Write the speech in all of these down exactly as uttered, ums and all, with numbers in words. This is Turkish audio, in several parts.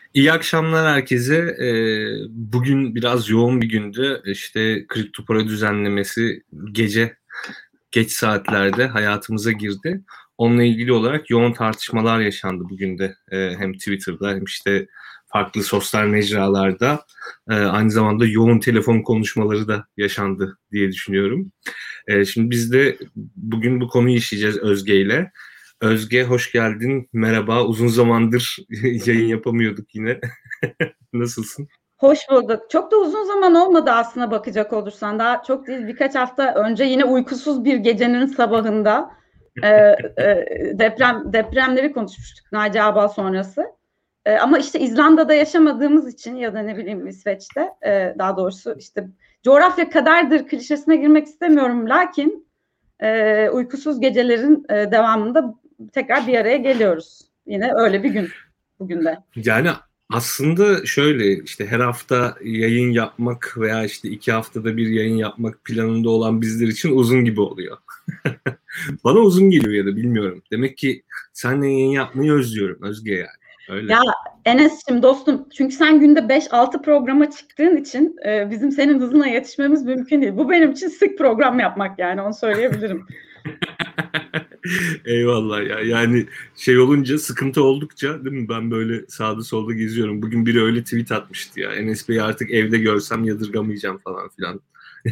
İyi akşamlar herkese. Ee, bugün biraz yoğun bir gündü. İşte kripto para düzenlemesi gece geç saatlerde hayatımıza girdi. Onunla ilgili olarak yoğun tartışmalar yaşandı bugün de. Ee, hem Twitter'da hem işte farklı sosyal mecralarda. Ee, aynı zamanda yoğun telefon konuşmaları da yaşandı diye düşünüyorum. Ee, şimdi biz de bugün bu konuyu işleyeceğiz Özge ile. Özge hoş geldin. Merhaba. Uzun zamandır yayın yapamıyorduk yine. Nasılsın? Hoş bulduk. Çok da uzun zaman olmadı aslına bakacak olursan. Daha çok değil, birkaç hafta önce yine uykusuz bir gecenin sabahında e, e, deprem depremleri konuşmuştuk Naci Ağbal sonrası. E, ama işte İzlanda'da yaşamadığımız için ya da ne bileyim İsveç'te e, daha doğrusu işte coğrafya kaderdir klişesine girmek istemiyorum. Lakin e, uykusuz gecelerin e, devamında tekrar bir araya geliyoruz. Yine öyle bir gün bugün de. Yani aslında şöyle işte her hafta yayın yapmak veya işte iki haftada bir yayın yapmak planında olan bizler için uzun gibi oluyor. Bana uzun geliyor ya da bilmiyorum. Demek ki seninle yayın yapmayı özlüyorum Özge yani. Öyle. Ya Enes'cim dostum çünkü sen günde beş altı programa çıktığın için e, bizim senin hızına yetişmemiz mümkün değil. Bu benim için sık program yapmak yani onu söyleyebilirim. Eyvallah ya. Yani şey olunca sıkıntı oldukça değil mi? Ben böyle sağda solda geziyorum. Bugün biri öyle tweet atmıştı ya. Enes Bey'i artık evde görsem yadırgamayacağım falan filan.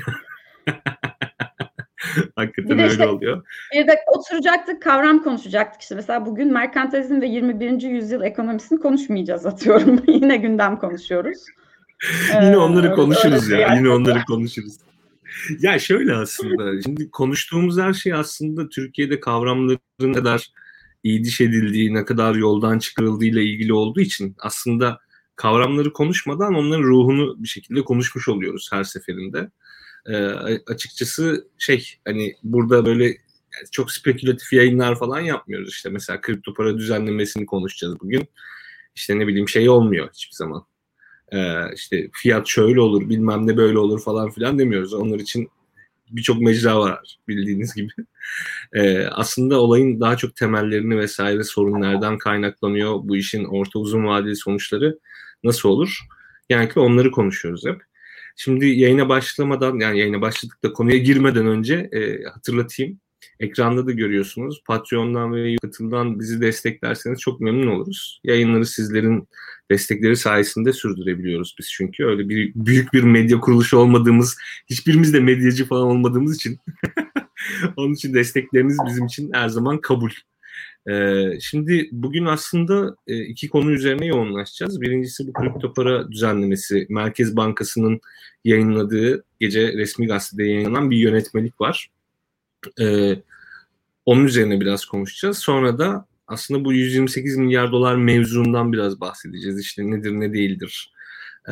Bir Hakikaten de öyle işte oluyor. bir de oturacaktık kavram konuşacaktık işte mesela bugün merkantilizm ve yirmi birinci yüzyıl ekonomisini konuşmayacağız atıyorum. Yine gündem konuşuyoruz. Ee, Yine onları öyle, öyle konuşuruz bir ya. Yine yer. onları konuşuruz. Ya şöyle aslında şimdi konuştuğumuz her şey aslında Türkiye'de kavramların ne kadar iyi diş edildiği, ne kadar yoldan çıkarıldığıyla ilgili olduğu için aslında kavramları konuşmadan onların ruhunu bir şekilde konuşmuş oluyoruz her seferinde. Ee, açıkçası şey hani burada böyle yani çok spekülatif yayınlar falan yapmıyoruz işte mesela kripto para düzenlemesini konuşacağız bugün. İşte ne bileyim şey olmuyor hiçbir zaman. Ee, işte fiyat şöyle olur bilmem ne böyle olur falan filan demiyoruz. Onlar için birçok mecra var bildiğiniz gibi. Ee, aslında olayın daha çok temellerini vesaire sorunlardan kaynaklanıyor. Bu işin orta uzun vadeli sonuçları nasıl olur? Genellikle onları konuşuyoruz hep. Şimdi yayına başlamadan yani yayına başladık da konuya girmeden önce e, hatırlatayım. Ekranda da görüyorsunuz. Patreon'dan ve YouTube'dan bizi desteklerseniz çok memnun oluruz. Yayınları sizlerin destekleri sayesinde sürdürebiliyoruz biz çünkü. Öyle bir büyük bir medya kuruluşu olmadığımız, hiçbirimiz de medyacı falan olmadığımız için onun için destekleriniz bizim için her zaman kabul. Ee, şimdi bugün aslında e, iki konu üzerine yoğunlaşacağız. Birincisi bu kripto para düzenlemesi. Merkez Bankası'nın yayınladığı, gece resmi gazetede yayınlanan bir yönetmelik var. Ee, onun üzerine biraz konuşacağız. Sonra da aslında bu yüz yirmi sekiz milyar dolar mevzundan biraz bahsedeceğiz. İşte nedir ne değildir. Ee,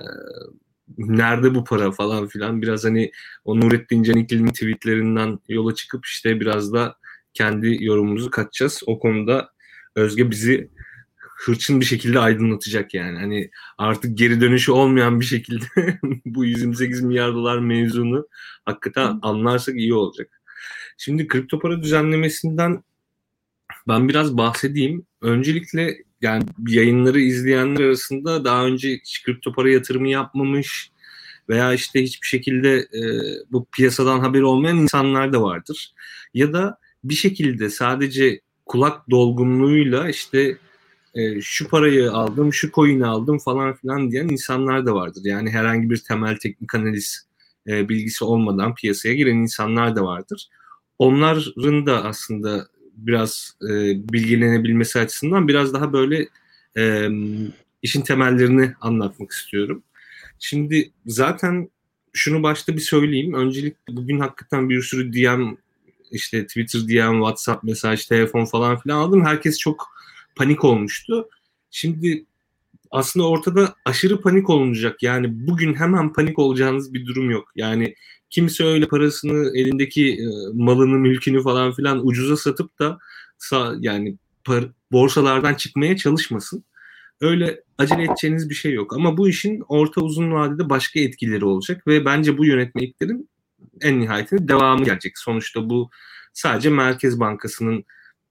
nerede bu para falan filan. Biraz hani o Nurettin Canikli'nin tweetlerinden yola çıkıp işte biraz da kendi yorumumuzu katacağız. O konuda Özge bizi hırçın bir şekilde aydınlatacak yani. Hani artık geri dönüşü olmayan bir şekilde bu yüz yirmi sekiz milyar dolar mevzunu hakikaten anlarsak iyi olacak. Şimdi kripto para düzenlemesinden ben biraz bahsedeyim. Öncelikle yani yayınları izleyenler arasında daha önce hiç kripto para yatırımı yapmamış veya işte hiçbir şekilde e, bu piyasadan haberi olmayan insanlar da vardır. Ya da bir şekilde sadece kulak dolgunluğuyla işte e, şu parayı aldım, şu coin'i aldım falan filan diyen insanlar da vardır. Yani herhangi bir temel teknik analiz e, bilgisi olmadan piyasaya giren insanlar da vardır. Onların da aslında biraz e, bilgilenebilmesi açısından biraz daha böyle e, işin temellerini anlatmak istiyorum. Şimdi zaten şunu başta bir söyleyeyim. Öncelikle bugün hakikaten bir sürü D M işte Twitter D M, WhatsApp mesaj, telefon falan filan aldım. Herkes çok panik olmuştu. Şimdi aslında ortada aşırı panik olunacak. Yani bugün hemen panik olacağınız bir durum yok. Yani kimse öyle parasını elindeki e, malını, mülkünü falan filan ucuza satıp da sa- yani par- borsalardan çıkmaya çalışmasın. Öyle acele edeceğiniz bir şey yok. Ama bu işin orta uzun vadede başka etkileri olacak ve bence bu yönetmeliklerin en nihayetinde devamı gelecek. Sonuçta bu sadece Merkez Bankası'nın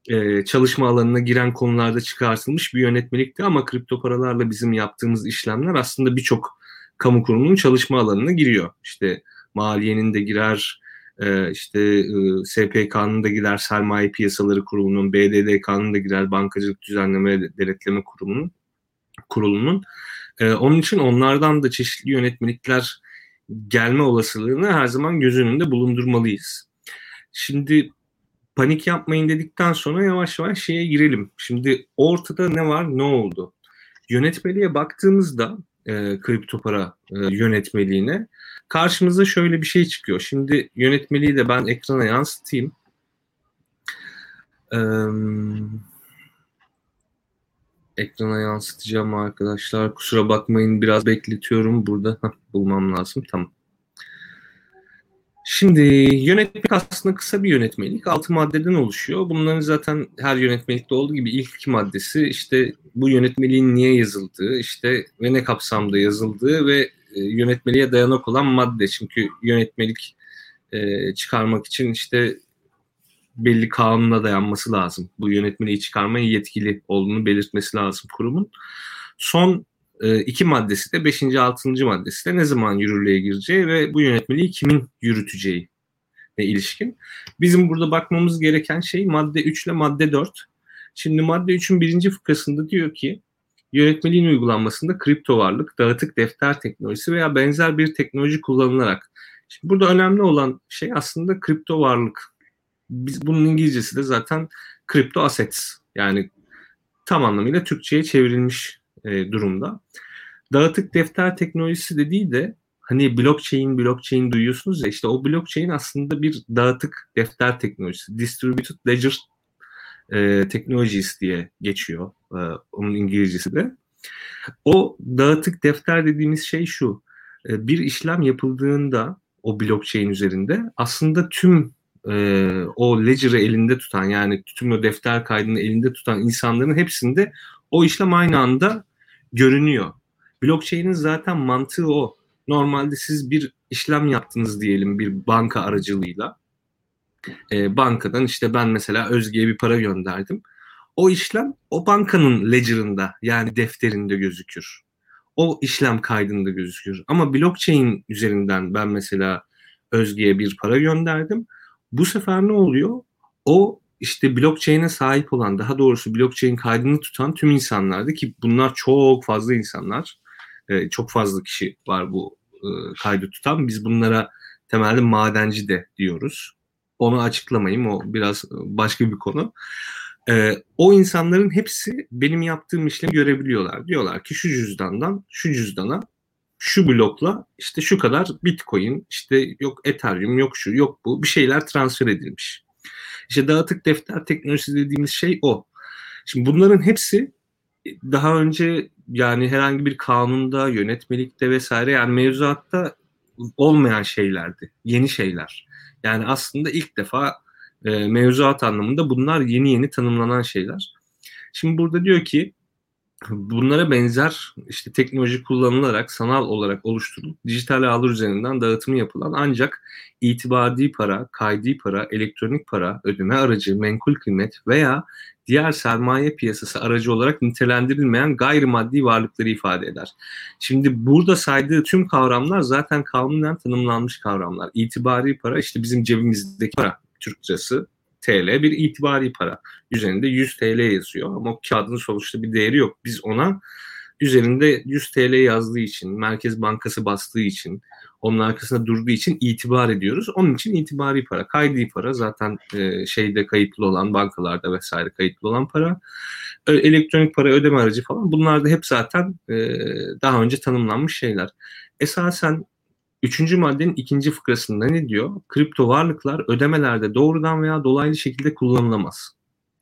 e, çalışma alanına giren konularda çıkartılmış bir yönetmelikti ama kripto paralarla bizim yaptığımız işlemler aslında birçok kamu kurumunun çalışma alanına giriyor. İşte maliyenin de girer, e, işte e, S P K'nın da girer, Sermaye Piyasaları Kurulu'nun, B D D K'nın da girer, Bankacılık Düzenleme ve Denetleme Kurulu'nun. kurulunun. E, onun için onlardan da çeşitli yönetmelikler gelme olasılığını her zaman göz önünde bulundurmalıyız. Şimdi panik yapmayın dedikten sonra yavaş yavaş şeye girelim. Şimdi ortada ne var, ne oldu? Yönetmeliğe baktığımızda e, kripto para e, yönetmeliğine karşımıza şöyle bir şey çıkıyor. Şimdi yönetmeliği de ben ekrana yansıtayım. Eee Ekrana yansıtacağım arkadaşlar. Kusura bakmayın, biraz bekletiyorum burada. Heh, bulmam lazım. Tamam. Şimdi yönetmelik aslında kısa bir yönetmelik. Altı maddeden oluşuyor. Bunların zaten her yönetmelikte olduğu gibi ilk iki maddesi işte bu yönetmeliğin niye yazıldığı, işte ve ne kapsamda yazıldığı ve e, yönetmeliğe dayanak olan madde. Çünkü yönetmelik e, çıkarmak için işte belli kanuna dayanması lazım. Bu yönetmeliği çıkarmaya yetkili olduğunu belirtmesi lazım kurumun. Son e, iki maddesi de beşinci, altıncı maddesi de ne zaman yürürlüğe gireceği ve bu yönetmeliği kimin yürüteceği ne ilişkin. Bizim burada bakmamız gereken şey madde üç ile madde dört. Şimdi madde üçün birinci fıkrasında diyor ki yönetmeliğin uygulanmasında kripto varlık, dağıtık defter teknolojisi veya benzer bir teknoloji kullanılarak. Şimdi burada önemli olan şey aslında kripto varlık. Biz bunun İngilizcesi de zaten crypto assets, yani tam anlamıyla Türkçe'ye çevrilmiş e, durumda. Dağıtık defter teknolojisi dediği de hani blockchain blockchain duyuyorsunuz ya, işte o blockchain aslında bir dağıtık defter teknolojisi. Distributed Ledger e, Technologies diye geçiyor e, onun İngilizcesi de. O dağıtık defter dediğimiz şey şu: e, bir işlem yapıldığında o blockchain üzerinde aslında tüm e, o ledger'ı elinde tutan, yani tüm o defter kaydını elinde tutan insanların hepsinde o işlem aynı anda görünüyor. Blockchain'in zaten mantığı o. Normalde siz bir işlem yaptınız diyelim bir banka aracılığıyla. E, bankadan işte ben mesela Özge'ye bir para gönderdim. O işlem o bankanın ledger'ında, yani defterinde gözükür. O işlem kaydında gözükür. Ama blockchain üzerinden ben mesela Özge'ye bir para gönderdim. Bu sefer ne oluyor? O işte blockchain'e sahip olan, daha doğrusu blockchain kaydını tutan tüm insanlardı ki bunlar çok fazla insanlar. Ee, çok fazla kişi var bu e, kaydı tutan. Biz bunlara temelde madenci de diyoruz. Onu açıklamayayım, o biraz başka bir konu. Ee, o insanların hepsi benim yaptığım işlemi görebiliyorlar. Diyorlar ki şu cüzdandan şu cüzdana şu blokla işte şu kadar Bitcoin, işte yok Ethereum, yok şu yok bu, bir şeyler transfer edilmiş. İşte dağıtık defter teknolojisi dediğimiz şey o. Şimdi bunların hepsi daha önce yani herhangi bir kanunda, yönetmelikte vesaire, yani mevzuatta olmayan şeylerdi. Yeni şeyler. Yani aslında ilk defa e, mevzuat anlamında bunlar yeni yeni tanımlanan şeyler. Şimdi burada diyor ki bunlara benzer işte teknoloji kullanılarak sanal olarak oluşturulup dijital ağlar üzerinden dağıtımı yapılan ancak itibari para, kaydi para, elektronik para, ödeme aracı, menkul kıymet veya diğer sermaye piyasası aracı olarak nitelendirilmeyen gayrimaddi varlıkları ifade eder. Şimdi burada saydığı tüm kavramlar zaten kanunen tanımlanmış kavramlar. İtibari para işte bizim cebimizdeki para, Türk lirası, T L bir itibari para. Üzerinde yüz T L yazıyor ama o kağıdın sonuçta bir değeri yok. Biz ona üzerinde yüz T L yazdığı için, Merkez Bankası bastığı için, onun arkasında durduğu için itibar ediyoruz. Onun için itibari para. Kaydi para zaten e, şeyde kayıtlı olan, bankalarda vesaire kayıtlı olan para. E, elektronik para, ödeme aracı falan, bunlar da hep zaten e, daha önce tanımlanmış şeyler. Esasen Üçüncü maddenin ikinci fıkrasında ne diyor? Kripto varlıklar ödemelerde doğrudan veya dolaylı şekilde kullanılamaz.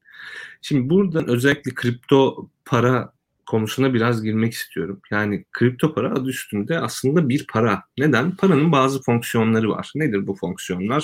Şimdi buradan özellikle kripto para konusuna biraz girmek istiyorum. Yani kripto para adı üstünde aslında bir para. Neden? Paranın bazı fonksiyonları var. Nedir bu fonksiyonlar?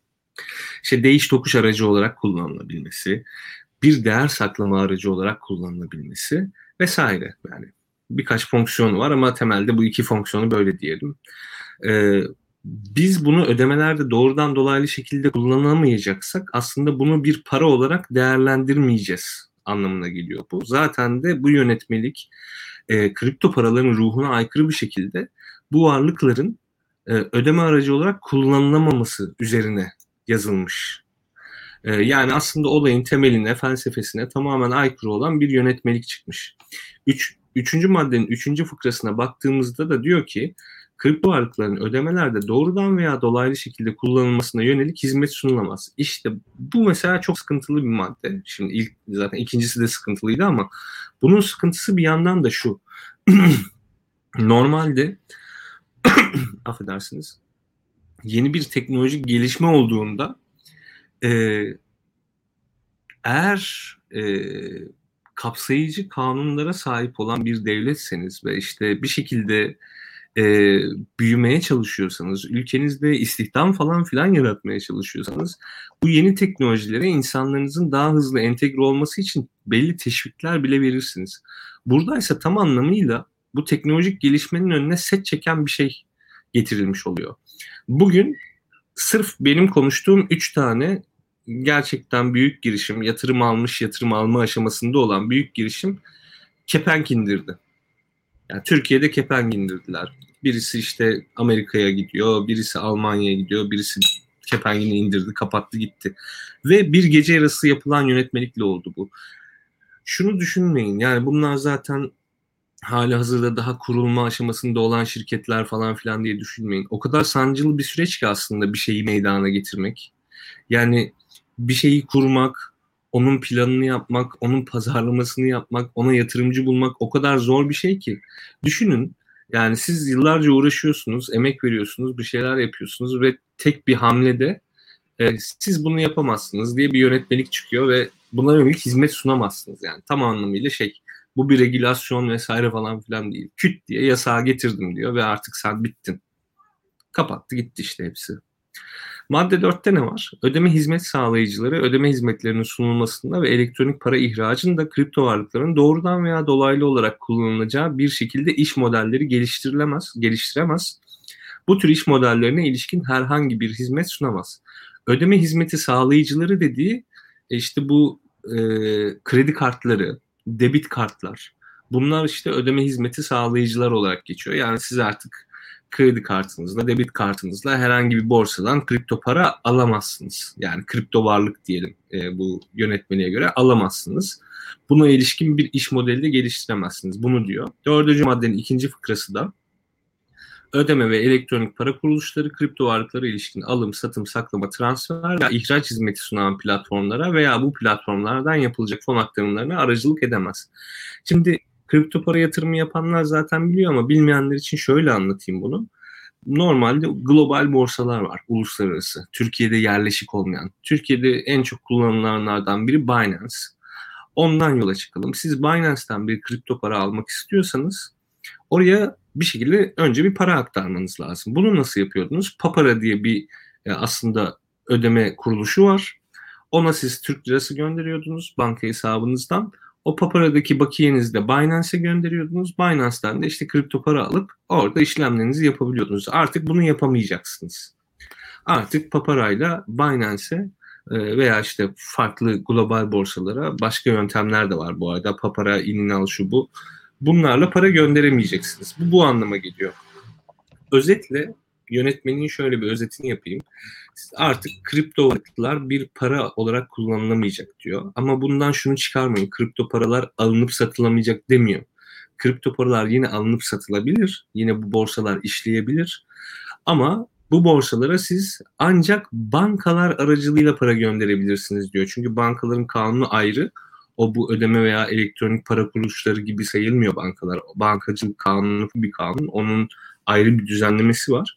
İşte değiş tokuş aracı olarak kullanılabilmesi, bir değer saklama aracı olarak kullanılabilmesi vesaire. Yani birkaç fonksiyonu var ama temelde bu iki fonksiyonu böyle diyelim. Ee, biz bunu ödemelerde doğrudan dolaylı şekilde kullanamayacaksak aslında bunu bir para olarak değerlendirmeyeceğiz anlamına geliyor bu. Zaten de bu yönetmelik e, kripto paraların ruhuna aykırı bir şekilde bu varlıkların e, ödeme aracı olarak kullanılamaması üzerine yazılmış. E, yani aslında olayın temeline, felsefesine tamamen aykırı olan bir yönetmelik çıkmış. Üç, üçüncü maddenin üçüncü fıkrasına baktığımızda da diyor ki kripto varlıkların ödemelerde doğrudan veya dolaylı şekilde kullanılmasına yönelik hizmet sunulamaz. İşte bu mesela çok sıkıntılı bir madde. Şimdi ilk zaten ikincisi de sıkıntılıydı ama bunun sıkıntısı bir yandan da şu. Normalde affedersiniz yeni bir teknolojik gelişme olduğunda e, eğer e, kapsayıcı kanunlara sahip olan bir devletseniz ve işte bir şekilde e, büyümeye çalışıyorsanız, ülkenizde istihdam falan filan yaratmaya çalışıyorsanız bu yeni teknolojilere insanlarınızın daha hızlı entegre olması için belli teşvikler bile verirsiniz. Buradaysa tam anlamıyla bu teknolojik gelişmenin önüne set çeken bir şey getirilmiş oluyor. Bugün sırf benim konuştuğum üç tane gerçekten büyük girişim, yatırım almış, yatırım alma aşamasında olan büyük girişim kepenk indirdi. Yani Türkiye'de kepenk indirdiler. Birisi işte Amerika'ya gidiyor, birisi Almanya'ya gidiyor, birisi kepengini indirdi, kapattı gitti. Ve bir gece yarısı yapılan yönetmelikle oldu bu. Şunu düşünmeyin, yani bunlar zaten hali hazırda daha kurulma aşamasında olan şirketler falan filan diye düşünmeyin. O kadar sancılı bir süreç ki aslında bir şeyi meydana getirmek. Yani bir şeyi kurmak, onun planını yapmak, onun pazarlamasını yapmak, ona yatırımcı bulmak o kadar zor bir şey ki. Düşünün, yani siz yıllarca uğraşıyorsunuz, emek veriyorsunuz, bir şeyler yapıyorsunuz ve tek bir hamlede e, siz bunu yapamazsınız diye bir yönetmelik çıkıyor ve buna yönelik hizmet sunamazsınız. Yani tam anlamıyla şey, bu bir regülasyon vesaire falan filan değil. Küt diye yasağı getirdim diyor ve artık sen bittin. Kapattı gitti işte hepsi. Madde dörtte ne var? Ödeme hizmet sağlayıcıları ödeme hizmetlerinin sunulmasında ve elektronik para ihracında kripto varlıkların doğrudan veya dolaylı olarak kullanılacağı bir şekilde iş modelleri geliştirilemez, geliştiremez. Bu tür iş modellerine ilişkin herhangi bir hizmet sunamaz. Ödeme hizmeti sağlayıcıları dediği işte bu e, kredi kartları, debit kartlar. Bunlar işte ödeme hizmeti sağlayıcılar olarak geçiyor. Yani siz artık kredi kartınızla, debit kartınızla herhangi bir borsadan kripto para alamazsınız. Yani kripto varlık diyelim e, bu yönetmeliğe göre alamazsınız. Buna ilişkin bir iş modeli de geliştiremezsiniz. Bunu diyor. Dördüncü maddenin ikinci fıkrası da ödeme ve elektronik para kuruluşları kripto varlıklara ilişkin alım, satım, saklama, transfer veya ihraç hizmeti sunan platformlara veya bu platformlardan yapılacak fon aktarımlarına aracılık edemez. Şimdi kripto para yatırımı yapanlar zaten biliyor ama bilmeyenler için şöyle anlatayım bunu. Normalde global borsalar var, uluslararası. Türkiye'de yerleşik olmayan. Türkiye'de en çok kullanılanlardan biri Binance. Ondan yola çıkalım. Siz Binance'ten bir kripto para almak istiyorsanız oraya bir şekilde önce bir para aktarmanız lazım. Bunu nasıl yapıyordunuz? Papara diye bir aslında ödeme kuruluşu var. Ona siz Türk lirası gönderiyordunuz banka hesabınızdan. O Papara'daki bakiyenizi de Binance'e gönderiyordunuz. Binance'ten de işte kripto para alıp orada işlemlerinizi yapabiliyordunuz. Artık bunu yapamayacaksınız. Artık Papara'yla Binance'e veya işte farklı global borsalara başka yöntemler de var bu arada. Papara, ininal şu bu. Bunlarla para gönderemeyeceksiniz. Bu bu anlama geliyor. Özetle yönetmenin şöyle bir özetini yapayım. Artık kripto varlıklar bir para olarak kullanılamayacak diyor. Ama bundan şunu çıkarmayın. Kripto paralar alınıp satılamayacak demiyor. Kripto paralar yine alınıp satılabilir. Yine bu borsalar işleyebilir. Ama bu borsalara siz ancak bankalar aracılığıyla para gönderebilirsiniz diyor. Çünkü bankaların kanunu ayrı. O bu ödeme veya elektronik para kuruluşları gibi sayılmıyor bankalar. Bankacılık kanunu bir kanun. Onun ayrı bir düzenlemesi var.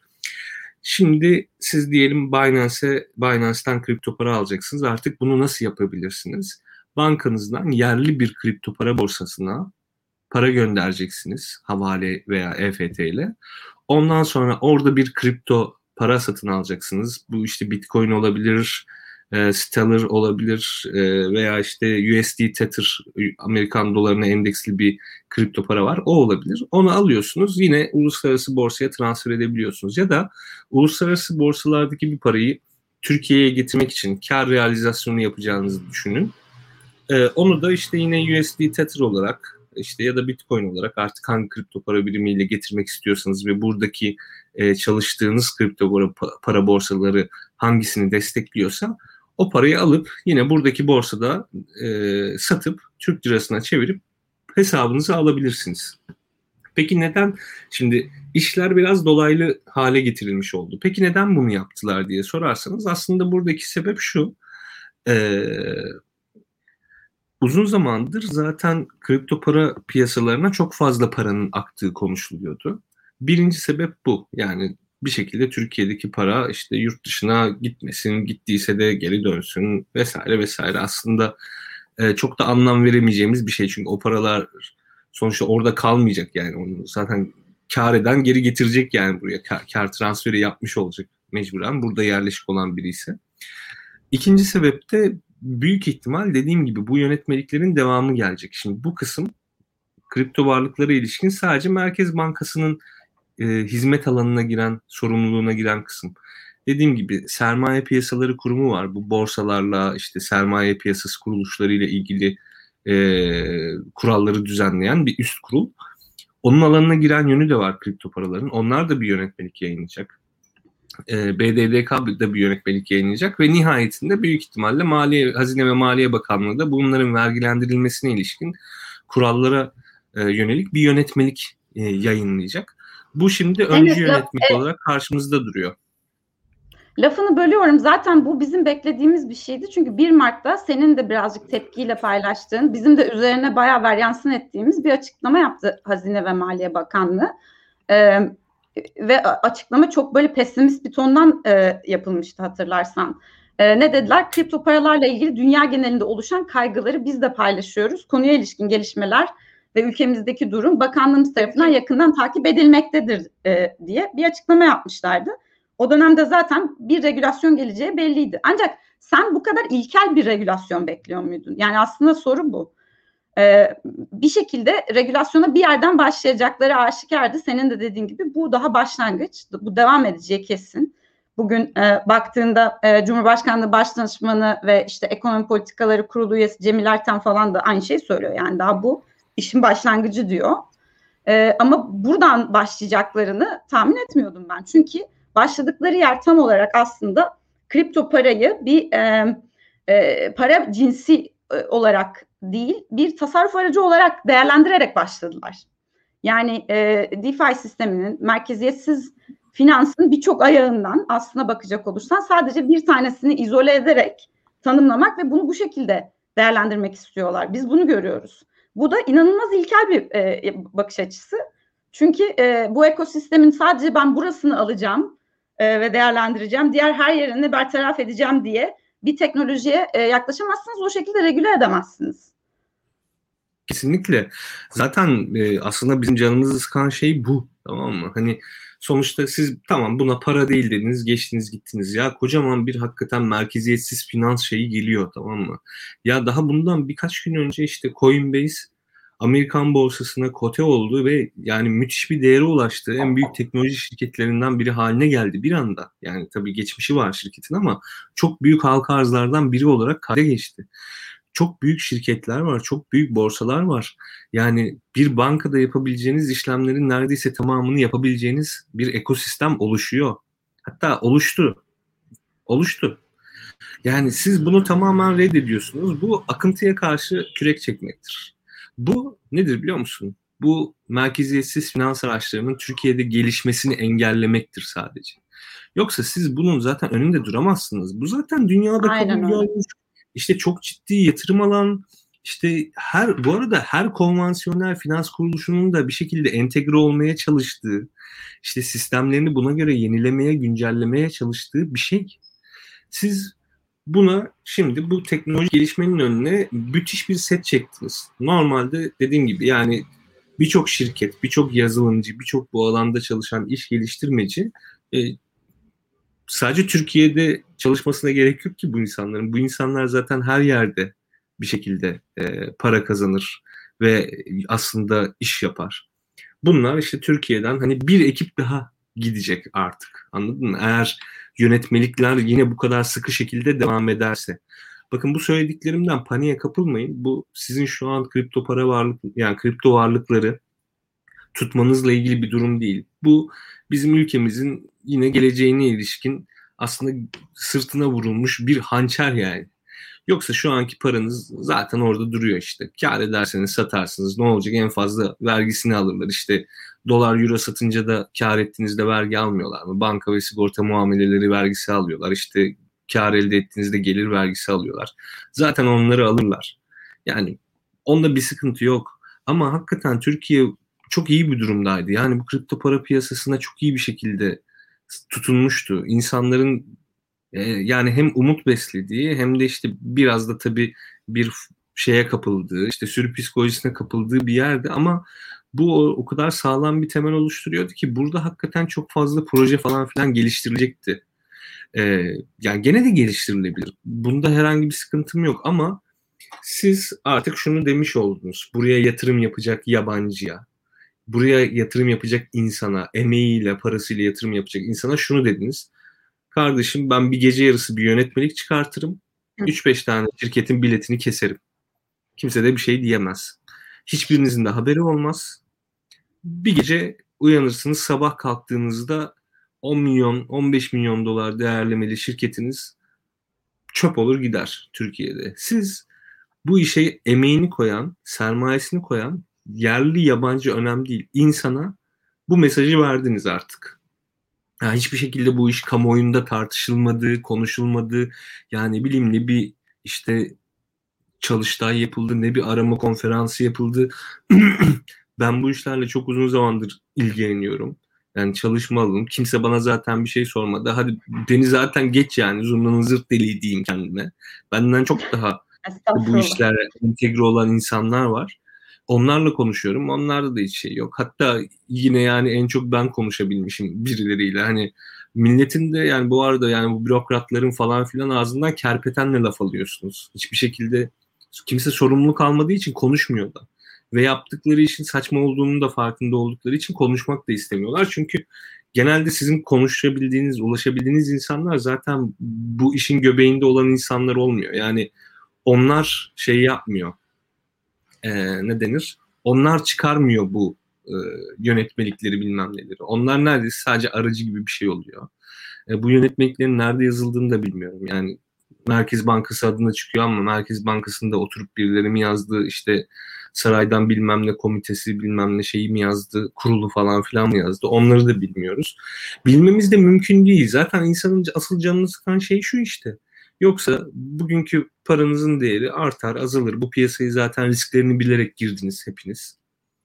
Şimdi siz diyelim Binance'e, Binance'ten kripto para alacaksınız. Artık bunu nasıl yapabilirsiniz? Bankanızdan yerli bir kripto para borsasına para göndereceksiniz. Havale veya E F T ile. Ondan sonra orada bir kripto para satın alacaksınız. Bu işte Bitcoin olabilir, e, Stellar olabilir e, veya işte U S D Tether, Amerikan dolarına endeksli bir kripto para var. O olabilir. Onu alıyorsunuz, yine uluslararası borsaya transfer edebiliyorsunuz. Ya da uluslararası borsalardaki bir parayı Türkiye'ye getirmek için kar realizasyonu yapacağınızı düşünün. Ee, onu da işte yine U S D Tether olarak işte ya da Bitcoin olarak, artık hangi kripto para birimiyle getirmek istiyorsanız ve buradaki e, çalıştığınız kripto para, para borsaları hangisini destekliyorsa o parayı alıp yine buradaki borsada e, satıp Türk lirasına çevirip hesabınıza alabilirsiniz. Peki neden şimdi işler biraz dolaylı hale getirilmiş oldu? Peki neden bunu yaptılar diye sorarsanız, aslında buradaki sebep şu. Eee Uzun zamandır zaten kripto para piyasalarına çok fazla paranın aktığı konuşuluyordu. Birinci sebep bu. Yani bir şekilde Türkiye'deki para işte yurt dışına gitmesin, gittiyse de geri dönsün vesaire vesaire. Aslında e, çok da anlam veremeyeceğimiz bir şey. Çünkü o paralar sonuçta orada kalmayacak yani. Onu zaten kar eden geri getirecek yani buraya. Kar, kar transferi yapmış olacak mecburen, burada yerleşik olan biri ise. İkinci sebep de büyük ihtimal dediğim gibi bu yönetmeliklerin devamı gelecek. Şimdi bu kısım kripto varlıklara ilişkin sadece Merkez Bankası'nın e, hizmet alanına giren, sorumluluğuna giren kısım. Dediğim gibi sermaye piyasaları kurumu var. Bu borsalarla işte sermaye piyasası kuruluşlarıyla ilgili e, kuralları düzenleyen bir üst kurul. Onun alanına giren yönü de var kripto paraların. Onlar da bir yönetmelik yayınlayacak. B D D K'da bir yönetmelik yayınlayacak ve nihayetinde büyük ihtimalle Maliye, Hazine ve Maliye Bakanlığı da bunların vergilendirilmesine ilişkin kurallara e, yönelik bir yönetmelik e, yayınlayacak. Bu şimdi öncü evet, yönetmelik evet. olarak karşımızda duruyor. Lafını bölüyorum. Zaten bu bizim beklediğimiz bir şeydi. Çünkü bir Mart'ta senin de birazcık tepkiyle paylaştığın, bizim de üzerine bayağı varyansın ettiğimiz bir açıklama yaptı Hazine ve Maliye Bakanlığı. Evet. Ve açıklama çok böyle pesimist bir tondan e, yapılmıştı hatırlarsan. E, ne dediler? Kripto paralarla ilgili dünya genelinde oluşan kaygıları biz de paylaşıyoruz. Konuya ilişkin gelişmeler ve ülkemizdeki durum bakanlığımız tarafından yakından takip edilmektedir e, diye bir açıklama yapmışlardı. O dönemde zaten bir regülasyon geleceği belliydi. Ancak sen bu kadar ilkel bir regülasyon bekliyor muydun? Yani aslında soru bu. Ee, bir şekilde regülasyona bir yerden başlayacakları aşikardı. Senin de dediğin gibi bu daha başlangıç. Bu devam edeceği kesin. Bugün e, baktığında e, Cumhurbaşkanlığı Başdanışmanı ve işte Ekonomi Politikaları Kurulu üyesi Cemil Erten falan da aynı şeyi söylüyor. Yani daha bu işin başlangıcı diyor. E, ama buradan başlayacaklarını tahmin etmiyordum ben. Çünkü başladıkları yer tam olarak aslında kripto parayı bir e, e, para cinsi e, olarak değil, bir tasarruf aracı olarak değerlendirerek başladılar. Yani e, DeFi sisteminin, merkeziyetsiz finansın birçok ayağından aslına bakacak olursan sadece bir tanesini izole ederek tanımlamak ve bunu bu şekilde değerlendirmek istiyorlar. Biz bunu görüyoruz. Bu da inanılmaz ilkel bir e, bakış açısı. Çünkü e, bu ekosistemin sadece ben burasını alacağım e, ve değerlendireceğim, diğer her yerini bertaraf edeceğim diye bir teknolojiye e, yaklaşamazsınız, o şekilde regüle edemezsiniz. Kesinlikle. Zaten e, aslında bizim canımızı sıkan şey bu. Tamam mı? Hani sonuçta siz tamam buna para değil dediniz, geçtiniz gittiniz. Ya kocaman bir hakikaten merkeziyetsiz finans şeyi geliyor, tamam mı? Ya daha bundan birkaç gün önce işte Coinbase Amerikan borsasına kote oldu ve yani müthiş bir değere ulaştı. En büyük teknoloji şirketlerinden biri haline geldi bir anda. Yani tabii geçmişi var şirketin ama çok büyük halka arzlardan biri olarak kayda geçti. Çok büyük şirketler var, çok büyük borsalar var. Yani bir bankada yapabileceğiniz işlemlerin neredeyse tamamını yapabileceğiniz bir ekosistem oluşuyor. Hatta oluştu. Oluştu. Yani siz bunu tamamen reddediyorsunuz. Bu akıntıya karşı kürek çekmektir. Bu nedir biliyor musun? Bu merkeziyetsiz finans araçlarının Türkiye'de gelişmesini engellemektir sadece. Yoksa siz bunun zaten önünde duramazsınız. Bu zaten dünyada Aynen kabul görmüş. İşte çok ciddi yatırım alan, işte her bu arada her konvansiyonel finans kuruluşunun da bir şekilde entegre olmaya çalıştığı, işte sistemlerini buna göre yenilemeye, güncellemeye çalıştığı bir şey. Siz buna şimdi bu teknoloji gelişmenin önüne müthiş bir set çektiniz. Normalde dediğim gibi yani birçok şirket, birçok yazılımcı, birçok bu alanda çalışan iş geliştirmeci e, sadece Türkiye'de çalışmasına gerek yok ki bu insanların. Bu insanlar zaten her yerde bir şekilde e, para kazanır ve aslında iş yapar. Bunlar işte Türkiye'den hani bir ekip daha gidecek artık. Anladın mı? Eğer yönetmelikler yine bu kadar sıkı şekilde devam ederse. Bakın bu söylediklerimden paniğe kapılmayın. Bu sizin şu an kripto para varlık yani kripto varlıkları tutmanızla ilgili bir durum değil. Bu bizim ülkemizin yine geleceğine ilişkin aslında sırtına vurulmuş bir hançer yani. Yoksa şu anki paranız zaten orada duruyor işte. Kâr ederseniz satarsınız. Ne olacak? En fazla vergisini alırlar. İşte dolar euro satınca da kâr ettiğinizde vergi almıyorlar mı? Banka ve sigorta muameleleri vergisi alıyorlar. İşte kâr elde ettiğinizde gelir vergisi alıyorlar. Zaten onları alırlar. Yani onda bir sıkıntı yok. Ama hakikaten Türkiye çok iyi bir durumdaydı. Yani bu kripto para piyasasına çok iyi bir şekilde tutunmuştu. İnsanların e, yani hem umut beslediği hem de işte biraz da tabii bir şeye kapıldığı, işte sürü psikolojisine kapıldığı bir yerdi ama bu o, o kadar sağlam bir temel oluşturuyordu ki burada hakikaten çok fazla proje falan filan geliştirilecekti. E, yani gene de geliştirilebilir. Bunda herhangi bir sıkıntım yok ama siz artık şunu demiş oldunuz. Buraya yatırım yapacak yabancıya, buraya yatırım yapacak insana, emeğiyle, parasıyla yatırım yapacak insana şunu dediniz. Kardeşim ben bir gece yarısı bir yönetmelik çıkartırım. üç beş tane şirketin biletini keserim. Kimse de bir şey diyemez. Hiçbirinizin de haberi olmaz. Bir gece uyanırsınız, sabah kalktığınızda on milyon, on beş milyon dolar değerlemeli şirketiniz çöp olur gider Türkiye'de. Siz bu işe emeğini koyan, sermayesini koyan yerli yabancı önemli değil. İnsana bu mesajı verdiniz artık. Yani hiçbir şekilde bu iş kamuoyunda tartışılmadı, konuşulmadı. Yani ne bileyim ne bir işte çalıştay yapıldı, ne bir arama konferansı yapıldı. Ben bu işlerle çok uzun zamandır ilgileniyorum. Yani çalışma alalım. Kimse bana zaten bir şey sormadı. Hadi beni zaten geç yani. Zurnanın zırt deliği diyeyim kendime. Benden çok daha bu işlere entegre olan insanlar var. Onlarla konuşuyorum. Onlarda da hiç şey yok. Hatta yine yani en çok ben konuşabilmişim birileriyle. Hani milletin de yani bu arada yani bu bürokratların falan filan ağzından kerpetenle laf alıyorsunuz. Hiçbir şekilde kimse sorumluluk almadığı için konuşmuyor da. Ve yaptıkları işin saçma olduğunun da farkında oldukları için konuşmak da istemiyorlar. Çünkü genelde sizin konuşabildiğiniz, ulaşabildiğiniz insanlar zaten bu işin göbeğinde olan insanlar olmuyor. Yani onlar şey yapmıyor. Ee, ne denir? Onlar çıkarmıyor bu e, yönetmelikleri bilmem neleri. Onlar neredeyse sadece aracı gibi bir şey oluyor. E, bu yönetmeliklerin nerede yazıldığını da bilmiyorum. Yani Merkez Bankası adına çıkıyor ama Merkez Bankası'nda oturup birileri mi yazdı, işte saraydan bilmem ne komitesi bilmem ne şeyi mi yazdı, kurulu falan filan mı yazdı, onları da bilmiyoruz. Bilmemiz de mümkün değil. Zaten insanın asıl canını sıkan şey şu işte. Yoksa bugünkü paranızın değeri artar, azalır. Bu piyasayı zaten risklerini bilerek girdiniz hepiniz.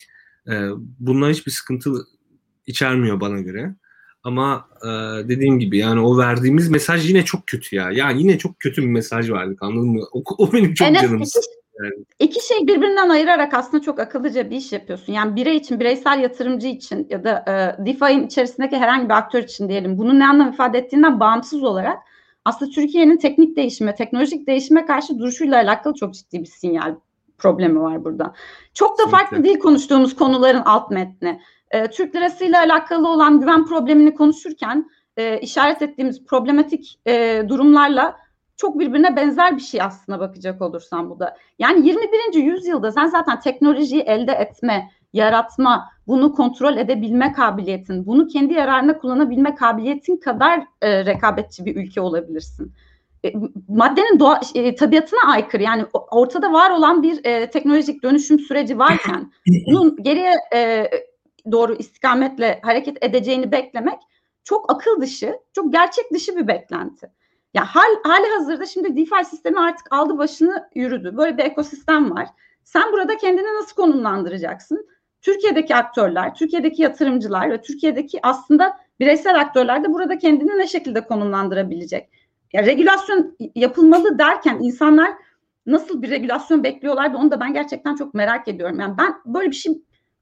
Ee, bundan hiçbir sıkıntı içermiyor bana göre. Ama e, dediğim gibi yani o verdiğimiz mesaj yine çok kötü ya. Yani yine çok kötü bir mesaj verdik, anladın mı? O, o benim çok Enes, canım iki, sıktı. Yani. İki şey birbirinden ayırarak aslında çok akıllıca bir iş yapıyorsun. Yani birey için, bireysel yatırımcı için ya da e, DeFi'nin içerisindeki herhangi bir aktör için diyelim, bunun ne anlam ifade ettiğinden bağımsız olarak aslında Türkiye'nin teknik değişime, teknolojik değişime karşı duruşuyla alakalı çok ciddi bir sinyal problemi var burada. Çok da Kesinlikle. farklı değil konuştuğumuz konuların alt metni. E, Türk lirasıyla alakalı olan güven problemini konuşurken e, işaret ettiğimiz problematik e, durumlarla çok birbirine benzer bir şey aslına bakacak olursan bu da. Yani yirmi birinci yüzyılda sen zaten teknolojiyi elde etme, yaratma, bunu kontrol edebilme kabiliyetin, bunu kendi yararına kullanabilme kabiliyetin kadar e, rekabetçi bir ülke olabilirsin. E, maddenin doğa, e, tabiatına aykırı, yani ortada var olan bir e, teknolojik dönüşüm süreci varken bunun geriye e, doğru istikametle hareket edeceğini beklemek çok akıl dışı, çok gerçek dışı bir beklenti. Ya hal, hali hazırda şimdi DeFi sistemi artık aldı başını yürüdü. Böyle bir ekosistem var. Sen burada kendini nasıl konumlandıracaksın? Türkiye'deki aktörler, Türkiye'deki yatırımcılar ve Türkiye'deki aslında bireysel aktörler de burada kendini ne şekilde konumlandırabilecek? Ya regülasyon yapılmalı derken insanlar nasıl bir regülasyon bekliyorlar ve onu da ben gerçekten çok merak ediyorum. Yani ben böyle bir şey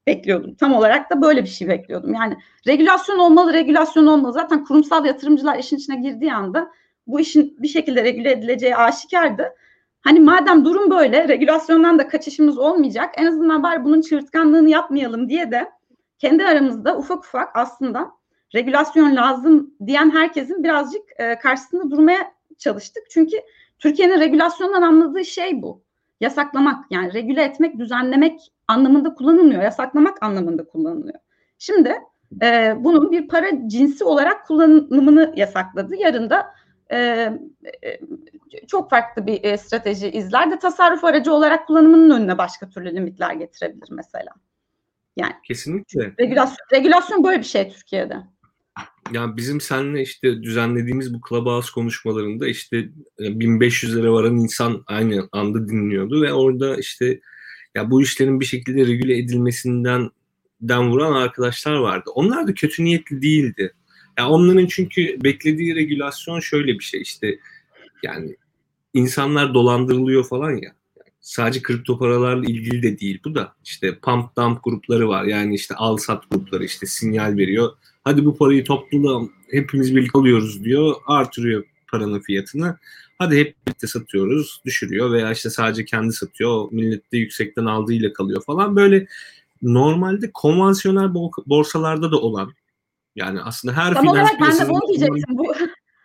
bekliyordum. Tam olarak da böyle bir şey bekliyordum. Yani regülasyon olmalı, regülasyon olmalı. Zaten kurumsal yatırımcılar işin içine girdiği anda bu işin bir şekilde regüle edileceği aşikardı. Hani madem durum böyle, regülasyondan da kaçışımız olmayacak. En azından bari bunun çığırtkanlığını yapmayalım diye de kendi aramızda ufak ufak aslında regülasyon lazım diyen herkesin birazcık e, karşısında durmaya çalıştık. Çünkü Türkiye'nin regülasyondan anladığı şey bu. Yasaklamak, yani regüle etmek, düzenlemek anlamında kullanılmıyor. Yasaklamak anlamında kullanılıyor. Şimdi e, bunun bir para cinsi olarak kullanımını yasakladı. Yarın da e, e, çok farklı bir e, strateji izler de tasarruf aracı olarak kullanımının önüne başka türlü limitler getirebilir mesela. Yani Kesinlikle. Regülasyon, regülasyon böyle bir şey Türkiye'de. Yani bizim seninle işte düzenlediğimiz bu Clubhouse konuşmalarında işte bin beş yüzlere varan insan aynı anda dinliyordu ve orada işte ya bu işlerin bir şekilde regüle edilmesinden den vuran arkadaşlar vardı. Onlar da kötü niyetli değildi. Ya onların çünkü beklediği regülasyon şöyle bir şey işte yani insanlar dolandırılıyor falan ya. Sadece kripto paralarla ilgili de değil bu da. İşte pump dump grupları var. Yani işte al sat grupları işte sinyal veriyor. Hadi bu parayı toplu hepimiz birlikte alıyoruz diyor. Artırıyor paranın fiyatını. Hadi hep birlikte satıyoruz. Düşürüyor veya işte sadece kendi satıyor. Millet de yüksekten aldığıyla kalıyor falan. Böyle normalde konvansiyonel borsalarda da olan yani aslında her Tam finans olarak ben de piyasasında onu diyecektim. Bu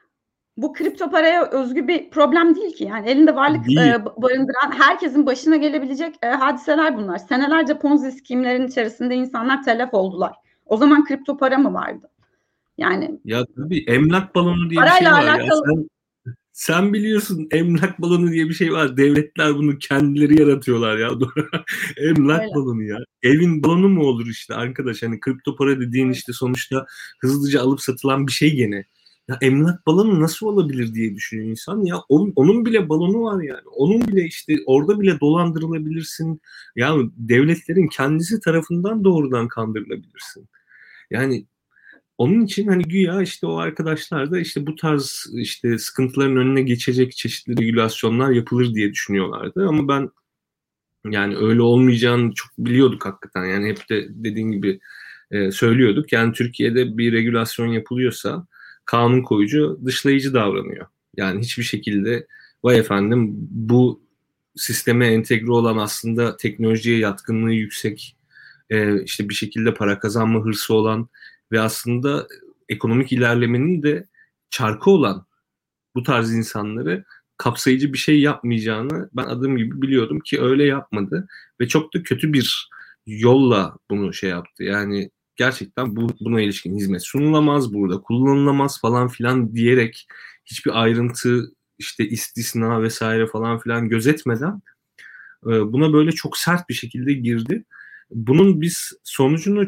bu kripto paraya özgü bir problem değil ki. Yani elinde varlık e, barındıran herkesin başına gelebilecek e, hadiseler bunlar. Senelerce Ponzi skimlerin içerisinde insanlar telef oldular. O zaman kripto para mı vardı? Yani ya tabii emlak balonu diye bir parayla şey var ya. alakalı. Sen, sen biliyorsun emlak balonu diye bir şey var. Devletler bunu kendileri yaratıyorlar ya. Emlak Öyle. balonu ya. Evin balonu mu olur işte arkadaş? Hani kripto para dediğin Evet. işte sonuçta hızlıca alıp satılan bir şey gene. Ya emlak balonu nasıl olabilir diye düşünüyor insan ya. Onun, onun bile balonu var yani. Onun bile işte orada bile dolandırılabilirsin. Ya devletlerin kendisi tarafından doğrudan kandırılabilirsin. Yani onun için hani güya işte o arkadaşlar da işte bu tarz işte sıkıntıların önüne geçecek çeşitli regülasyonlar yapılır diye düşünüyorlardı. Ama ben yani öyle olmayacağını çok biliyorduk hakikaten. Yani hep de dediğin gibi e, söylüyorduk. Yani Türkiye'de bir regülasyon yapılıyorsa kanun koyucu dışlayıcı davranıyor. Yani hiçbir şekilde vay efendim bu sisteme entegre olan aslında teknolojiye yatkınlığı yüksek e, işte bir şekilde para kazanma hırsı olan ve aslında ekonomik ilerlemenin de çarkı olan bu tarz insanları kapsayıcı bir şey yapmayacağını ben adım gibi biliyordum ki öyle yapmadı ve çok da kötü bir yolla bunu şey yaptı. Yani gerçekten bu buna ilişkin hizmet sunulamaz, burada kullanılamaz falan filan diyerek hiçbir ayrıntı işte istisna vesaire falan filan gözetmeden buna böyle çok sert bir şekilde girdi. Bunun biz sonucunu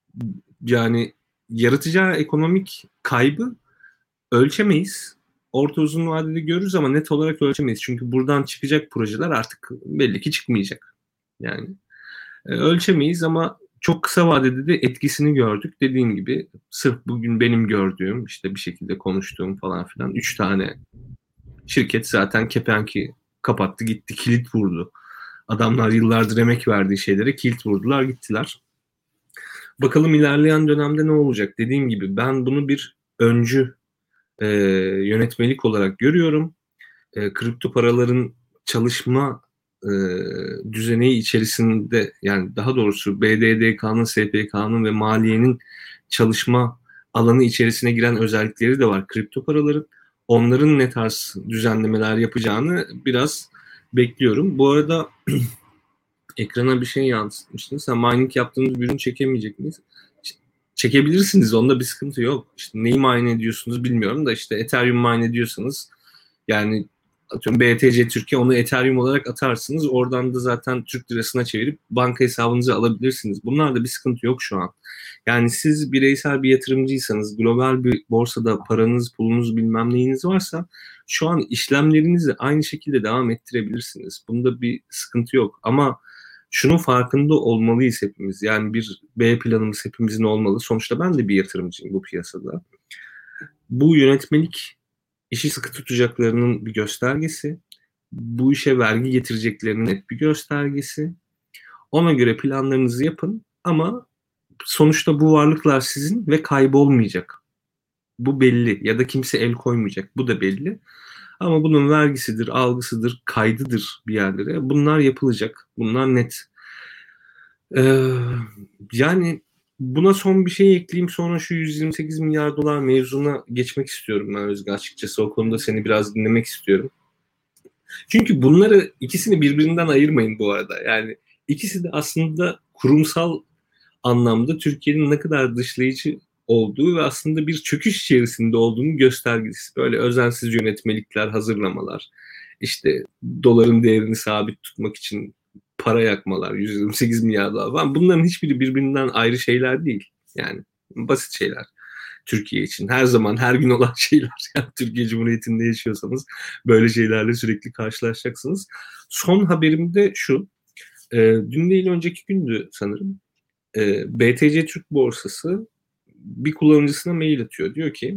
yani yaratacağı ekonomik kaybı ölçemeyiz. Orta uzun vadede görürüz ama net olarak ölçemeyiz. Çünkü buradan çıkacak projeler artık belli ki çıkmayacak. Yani e, ölçemeyiz ama çok kısa vadede de etkisini gördük. Dediğim gibi sırf bugün benim gördüğüm işte bir şekilde konuştuğum falan filan üç tane şirket zaten kepenki kapattı gitti kilit vurdu. Adamlar yıllardır emek verdiği şeylere kilit vurdular gittiler. Bakalım ilerleyen dönemde ne olacak? Dediğim gibi ben bunu bir öncü e, yönetmelik olarak görüyorum. E, kripto paraların çalışma e, düzeneği içerisinde yani daha doğrusu B D D K'nın, S P K'nın ve maliyenin çalışma alanı içerisine giren özellikleri de var kripto paraların. Onların ne tarz düzenlemeler yapacağını biraz bekliyorum. Bu arada ekrana bir şey yansıtmıştınız. Sen mining yaptığınız bir ürün çekemeyecek miyiz? Çekebilirsiniz. Onda bir sıkıntı yok. İşte neyi mine ediyorsunuz bilmiyorum da işte Ethereum mine ediyorsanız yani atıyorum B T C Türkiye onu Ethereum olarak atarsınız. Oradan da zaten Türk lirasına çevirip banka hesabınızı alabilirsiniz. Bunlarda bir sıkıntı yok şu an. Yani siz bireysel bir yatırımcıysanız, global bir borsada paranız, pulunuz bilmem neyiniz varsa şu an işlemlerinizi aynı şekilde devam ettirebilirsiniz. Bunda bir sıkıntı yok. Ama şunun farkında olmalıyız hepimiz. Yani bir B planımız hepimizin olmalı. Sonuçta ben de bir yatırımcıyım bu piyasada. Bu yönetmelik işi sıkı tutacaklarının bir göstergesi. Bu işe vergi getireceklerinin net bir göstergesi. Ona göre planlarınızı yapın. Ama sonuçta bu varlıklar sizin ve kaybolmayacak. Bu belli, ya da kimse el koymayacak. Bu da belli. Ama bunun vergisidir, algısıdır, kaydıdır bir yerlere. Bunlar yapılacak. Bunlar net. Ee, yani buna son bir şey ekleyeyim, sonra şu yüz yirmi sekiz milyar dolar mevzuna geçmek istiyorum ben Özge, açıkçası. O konuda seni biraz dinlemek istiyorum. Çünkü bunları, ikisini birbirinden ayırmayın bu arada. Yani ikisi de aslında kurumsal anlamda Türkiye'nin ne kadar dışlayıcı olduğu ve aslında bir çöküş içerisinde olduğunu göstergesi. Böyle özensiz yönetmelikler, hazırlamalar, işte doların değerini sabit tutmak için para yakmalar, yüz yirmi sekiz milyar dolar falan. Bunların hiçbiri birbirinden ayrı şeyler değil. Yani basit şeyler. Türkiye için her zaman, her gün olan şeyler. Yani Türkiye Cumhuriyeti'nde yaşıyorsanız böyle şeylerle sürekli karşılaşacaksınız. Son haberim de şu. E, dün değil önceki gündü sanırım. E, B T C Türk Borsası bir kullanıcısına mail atıyor. Diyor ki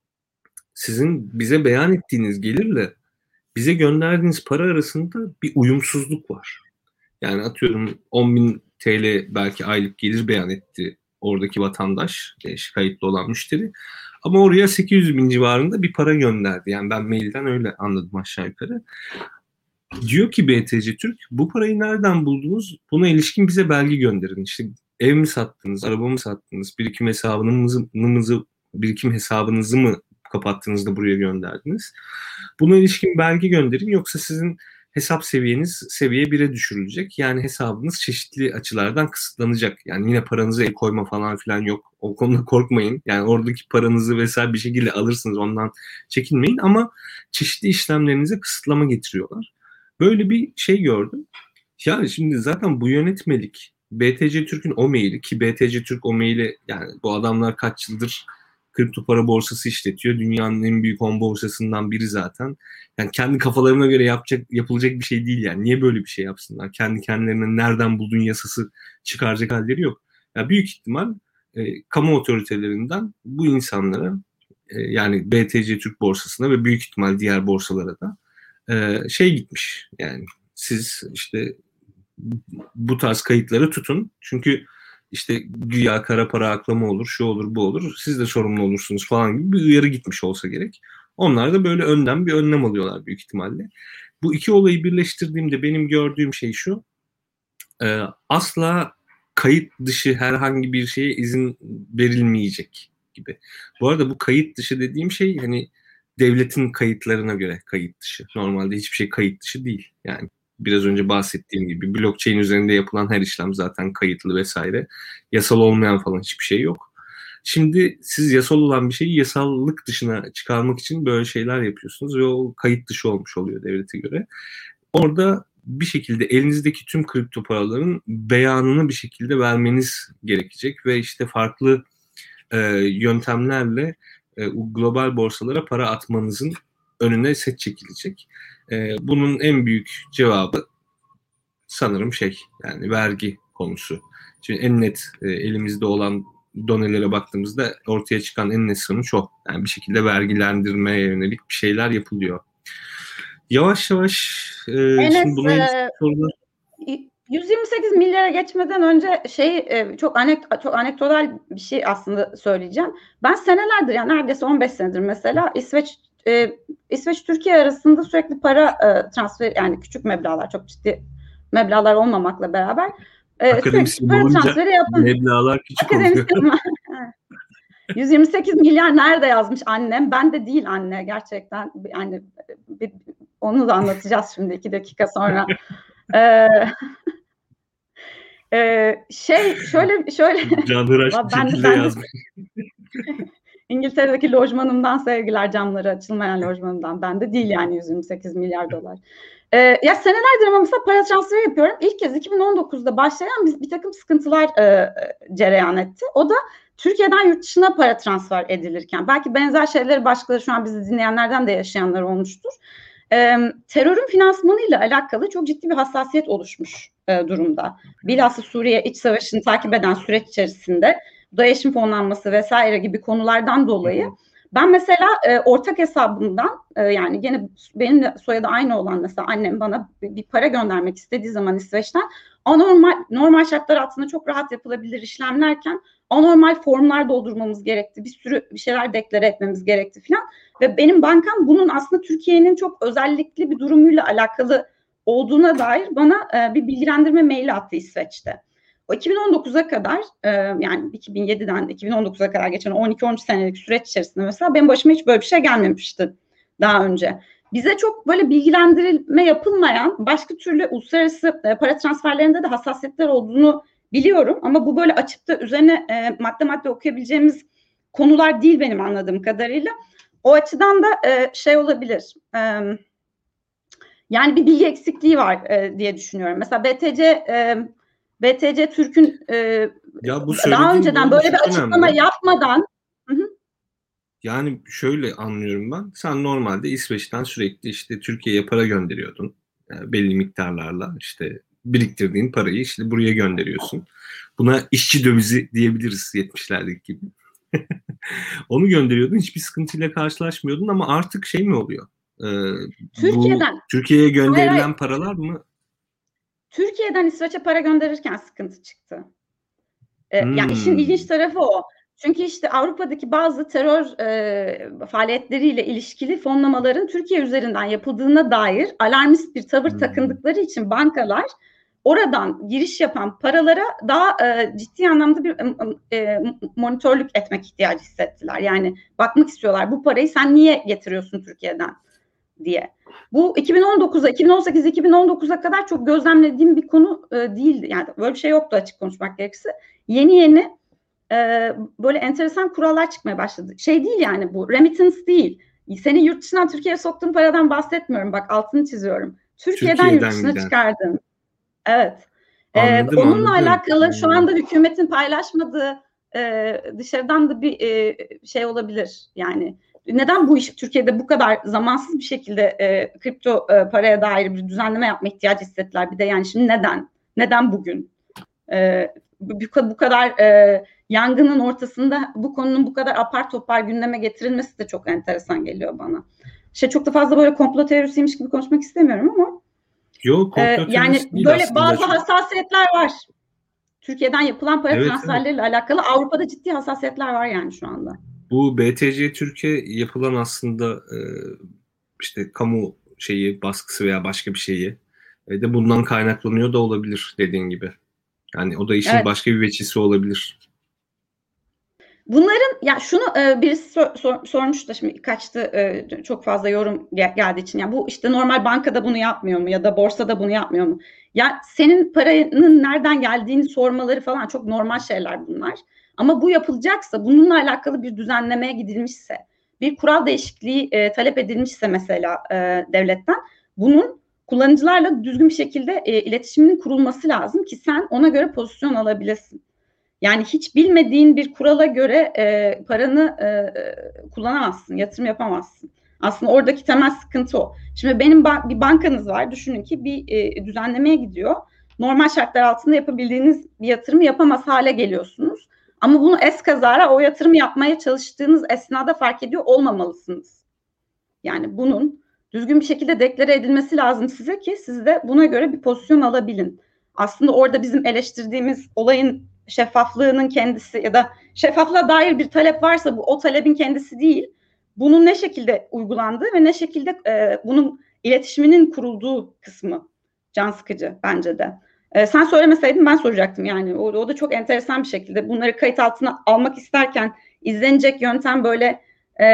sizin bize beyan ettiğiniz gelirle bize gönderdiğiniz para arasında bir uyumsuzluk var. Yani atıyorum on bin T L belki aylık gelir beyan etti oradaki vatandaş, e, kayıtlı olan müşteri. Ama oraya sekiz yüz bin civarında bir para gönderdi. Yani ben mailden öyle anladım aşağı yukarı. Diyor ki B T C Türk, bu parayı nereden buldunuz? Buna ilişkin bize belge gönderin. İşte ev mi sattınız, araba mı sattınız, birikim hesabınızı, birikim hesabınızı mı kapattınız da buraya gönderdiniz? Buna ilişkin belge gönderin, yoksa sizin hesap seviyeniz seviye bire düşürülecek. Yani hesabınız çeşitli açılardan kısıtlanacak. Yani yine paranıza el koyma falan filan yok. O konuda korkmayın. Yani oradaki paranızı vesaire bir şekilde alırsınız, ondan çekinmeyin, ama çeşitli işlemlerinize kısıtlama getiriyorlar. Böyle bir şey gördüm. Yani şimdi zaten bu yönetmelik, B T C Türk'ün o maili, ki B T C Türk o maili, yani bu adamlar kaç yıldır kripto para borsası işletiyor. Dünyanın en büyük on borsasından biri zaten. Yani kendi kafalarına göre yapacak, yapılacak bir şey değil yani. Niye böyle bir şey yapsınlar? Kendi kendilerine nereden buldun yasası çıkaracak halleri yok. Yani büyük ihtimal e, kamu otoritelerinden bu insanlara, e, yani B T C Türk borsasına ve büyük ihtimal diğer borsalara da e, şey gitmiş. Yani siz işte bu tarz kayıtları tutun. Çünkü işte güya kara para aklama olur, şu olur, bu olur. Siz de sorumlu olursunuz falan gibi bir uyarı gitmiş olsa gerek. Onlar da böyle önden bir önlem alıyorlar büyük ihtimalle. Bu iki olayı birleştirdiğimde benim gördüğüm şey şu. E, asla kayıt dışı herhangi bir şeye izin verilmeyecek gibi. Bu arada bu kayıt dışı dediğim şey hani devletin kayıtlarına göre kayıt dışı. Normalde hiçbir şey kayıt dışı değil. Yani biraz önce bahsettiğim gibi blockchain üzerinde yapılan her işlem zaten kayıtlı vesaire. Yasal olmayan falan hiçbir şey yok. Şimdi siz yasal olan bir şeyi yasallık dışına çıkarmak için böyle şeyler yapıyorsunuz ve o kayıt dışı olmuş oluyor devlete göre. Orada bir şekilde elinizdeki tüm kripto paraların beyanını bir şekilde vermeniz gerekecek ve işte farklı e, yöntemlerle e, global borsalara para atmanızın önüne set çekilecek. E, bunun en büyük cevabı sanırım şey, yani vergi konusu. Şimdi en net e, elimizde olan donelere baktığımızda ortaya çıkan en net sonuç o. Yani bir şekilde vergilendirmeye yönelik bir şeyler yapılıyor. Yavaş yavaş e, Enes, şimdi buna e, sorular... yüz yirmi sekiz milyara geçmeden önce şey e, çok anek çok anekdotal bir şey aslında söyleyeceğim. Ben senelerdir, yani neredeyse on beş senedir mesela İsveç e, İsveç Türkiye arasında sürekli para e, transfer, yani küçük meblağlar, çok ciddi meblağlar olmamakla beraber e, sürekli para transferi yapın. Meblağlar küçük oluyor. yüz yirmi sekiz milyar nerede yazmış annem? Ben de değil anne, gerçekten. Yani bir, onu da anlatacağız şimdi iki dakika sonra. Ee, e, şey şöyle şöyle Canhıraş bir ben, şekilde ben yazmış. İngiltere'deki lojmanımdan sevgiler, camları açılmayan lojmanımdan. Bende değil yani yüz yirmi sekiz milyar dolar. Ee, ya senelerdir ama mesela para transferi yapıyorum. İlk kez iki bin on dokuzda başlayan bir, bir takım sıkıntılar e, cereyan etti. O da Türkiye'den yurt dışına para transfer edilirken. Belki benzer şeyleri başkaları, şu an bizi dinleyenlerden de yaşayanlar olmuştur. E, terörün finansmanıyla alakalı çok ciddi bir hassasiyet oluşmuş e, durumda. Bilhassa Suriye iç savaşını takip eden süreç içerisinde DAEŞ'in fonlanması vesaire gibi konulardan dolayı ben mesela e, ortak hesabımdan e, yani gene benimle soyadı aynı olan mesela annem bana bir para göndermek istediği zaman İsveç'ten anormal, normal şartlar altında çok rahat yapılabilir işlemlerken anormal formlar doldurmamız gerekti. Bir sürü bir şeyler deklare etmemiz gerekti falan. Ve benim bankam bunun aslında Türkiye'nin çok özellikli bir durumuyla alakalı olduğuna dair bana e, bir bilgilendirme maili attı İsveç'te. O iki bin on dokuza kadar e, yani iki bin yediden iki bin on dokuza kadar geçen on iki on üç senelik süreç içerisinde mesela benim başıma hiç böyle bir şey gelmemişti daha önce. Bize çok böyle bilgilendirilme yapılmayan başka türlü uluslararası e, para transferlerinde de hassasiyetler olduğunu biliyorum. Ama bu böyle açıp da üzerine e, madde madde okuyabileceğimiz konular değil benim anladığım kadarıyla. O açıdan da e, şey olabilir. E, yani bir bilgi eksikliği var e, diye düşünüyorum. Mesela B T C e, B T C Türk'ün e, ya bu daha önceden böyle bir açıklama önemli. yapmadan hı hı. Yani şöyle anlıyorum ben. Sen normalde İsveç'ten sürekli işte Türkiye'ye para gönderiyordun. Yani belli miktarlarla işte biriktirdiğin parayı işte buraya gönderiyorsun. Buna işçi dövizi diyebiliriz yetmişlerdeki gibi. Onu gönderiyordun. Hiçbir sıkıntıyla karşılaşmıyordun ama artık şey mi oluyor? Ee, Türkiye'den. Bu Türkiye'ye gönderilen hayır, hayır. paralar mı? Türkiye'den İsveç'e para gönderirken sıkıntı çıktı. Ee, Hmm. Yani işin ilginç tarafı o. Çünkü işte Avrupa'daki bazı terör e, faaliyetleriyle ilişkili fonlamaların Türkiye üzerinden yapıldığına dair alarmist bir tavır Hmm. takındıkları için bankalar oradan giriş yapan paralara daha e, ciddi anlamda bir e, monitörlük etmek ihtiyacı hissettiler. Yani bakmak istiyorlar, bu parayı sen niye getiriyorsun Türkiye'den diye. Bu iki bin on dokuza, iki bin on sekiz iki bin on dokuza kadar çok gözlemlediğim bir konu e, değildi. Yani böyle bir şey yoktu açık konuşmak gerekirse. Yeni yeni e, böyle enteresan kurallar çıkmaya başladı. Şey değil yani, bu remittance değil. Seni yurt dışından Türkiye'ye soktuğun paradan bahsetmiyorum. Bak altını çiziyorum. Türkiye'den, Türkiye'den yurt dışına giden. Çıkardın. Evet. Anladım, ee, onunla anladım. alakalı şu anda hükümetin paylaşmadığı e, dışarıdan da bir e, şey olabilir. Yani neden bu iş Türkiye'de bu kadar zamansız bir şekilde e, kripto e, paraya dair bir düzenleme yapma ihtiyacı hissettiler? Bir de yani şimdi neden? Neden bugün? E, bu, bu kadar e, yangının ortasında bu konunun bu kadar apar topar gündeme getirilmesi de çok enteresan geliyor bana. Şey, çok da fazla böyle komplo teorisiymiş gibi konuşmak istemiyorum ama Yok, ee, yani böyle bazı hassasiyetler var. Türkiye'den yapılan para evet, transferleriyle evet. alakalı Avrupa'da ciddi hassasiyetler var yani şu anda. Bu B T C Türkiye yapılan aslında e, işte kamu şeyi baskısı veya başka bir şeyi e, de bundan kaynaklanıyor da olabilir dediğin gibi. Yani o da işin evet. başka bir veçisi olabilir. Bunların ya şunu e, birisi sor, sor, sormuş da şimdi kaçtı e, çok fazla yorum gel, geldiği için. Yani bu işte normal bankada bunu yapmıyor mu ya da borsada bunu yapmıyor mu? Ya senin paranın nereden geldiğini sormaları falan çok normal şeyler bunlar. Ama bu yapılacaksa, bununla alakalı bir düzenlemeye gidilmişse, bir kural değişikliği e, talep edilmişse mesela e, devletten, bunun kullanıcılarla düzgün bir şekilde e, iletişiminin kurulması lazım ki sen ona göre pozisyon alabilesin. Yani hiç bilmediğin bir kurala göre e, paranı e, kullanamazsın, yatırım yapamazsın. Aslında oradaki temel sıkıntı o. Şimdi benim ba- bir bankanız var. Düşünün ki bir e, düzenlemeye gidiyor. Normal şartlar altında yapabildiğiniz bir yatırımı yapamaz hale geliyorsunuz. Ama bunu eskazara o yatırım yapmaya çalıştığınız esnada fark ediyor olmamalısınız. Yani bunun düzgün bir şekilde deklare edilmesi lazım size ki siz de buna göre bir pozisyon alabilin. Aslında orada bizim eleştirdiğimiz olayın şeffaflığının kendisi ya da şeffaflığa dair bir talep varsa bu o talebin kendisi değil. Bunun ne şekilde uygulandığı ve ne şekilde e, bunun iletişiminin kurulduğu kısmı can sıkıcı bence de. E, sen söylemeseydin ben soracaktım yani. O, o da çok enteresan bir şekilde bunları kayıt altına almak isterken izlenecek yöntem böyle e,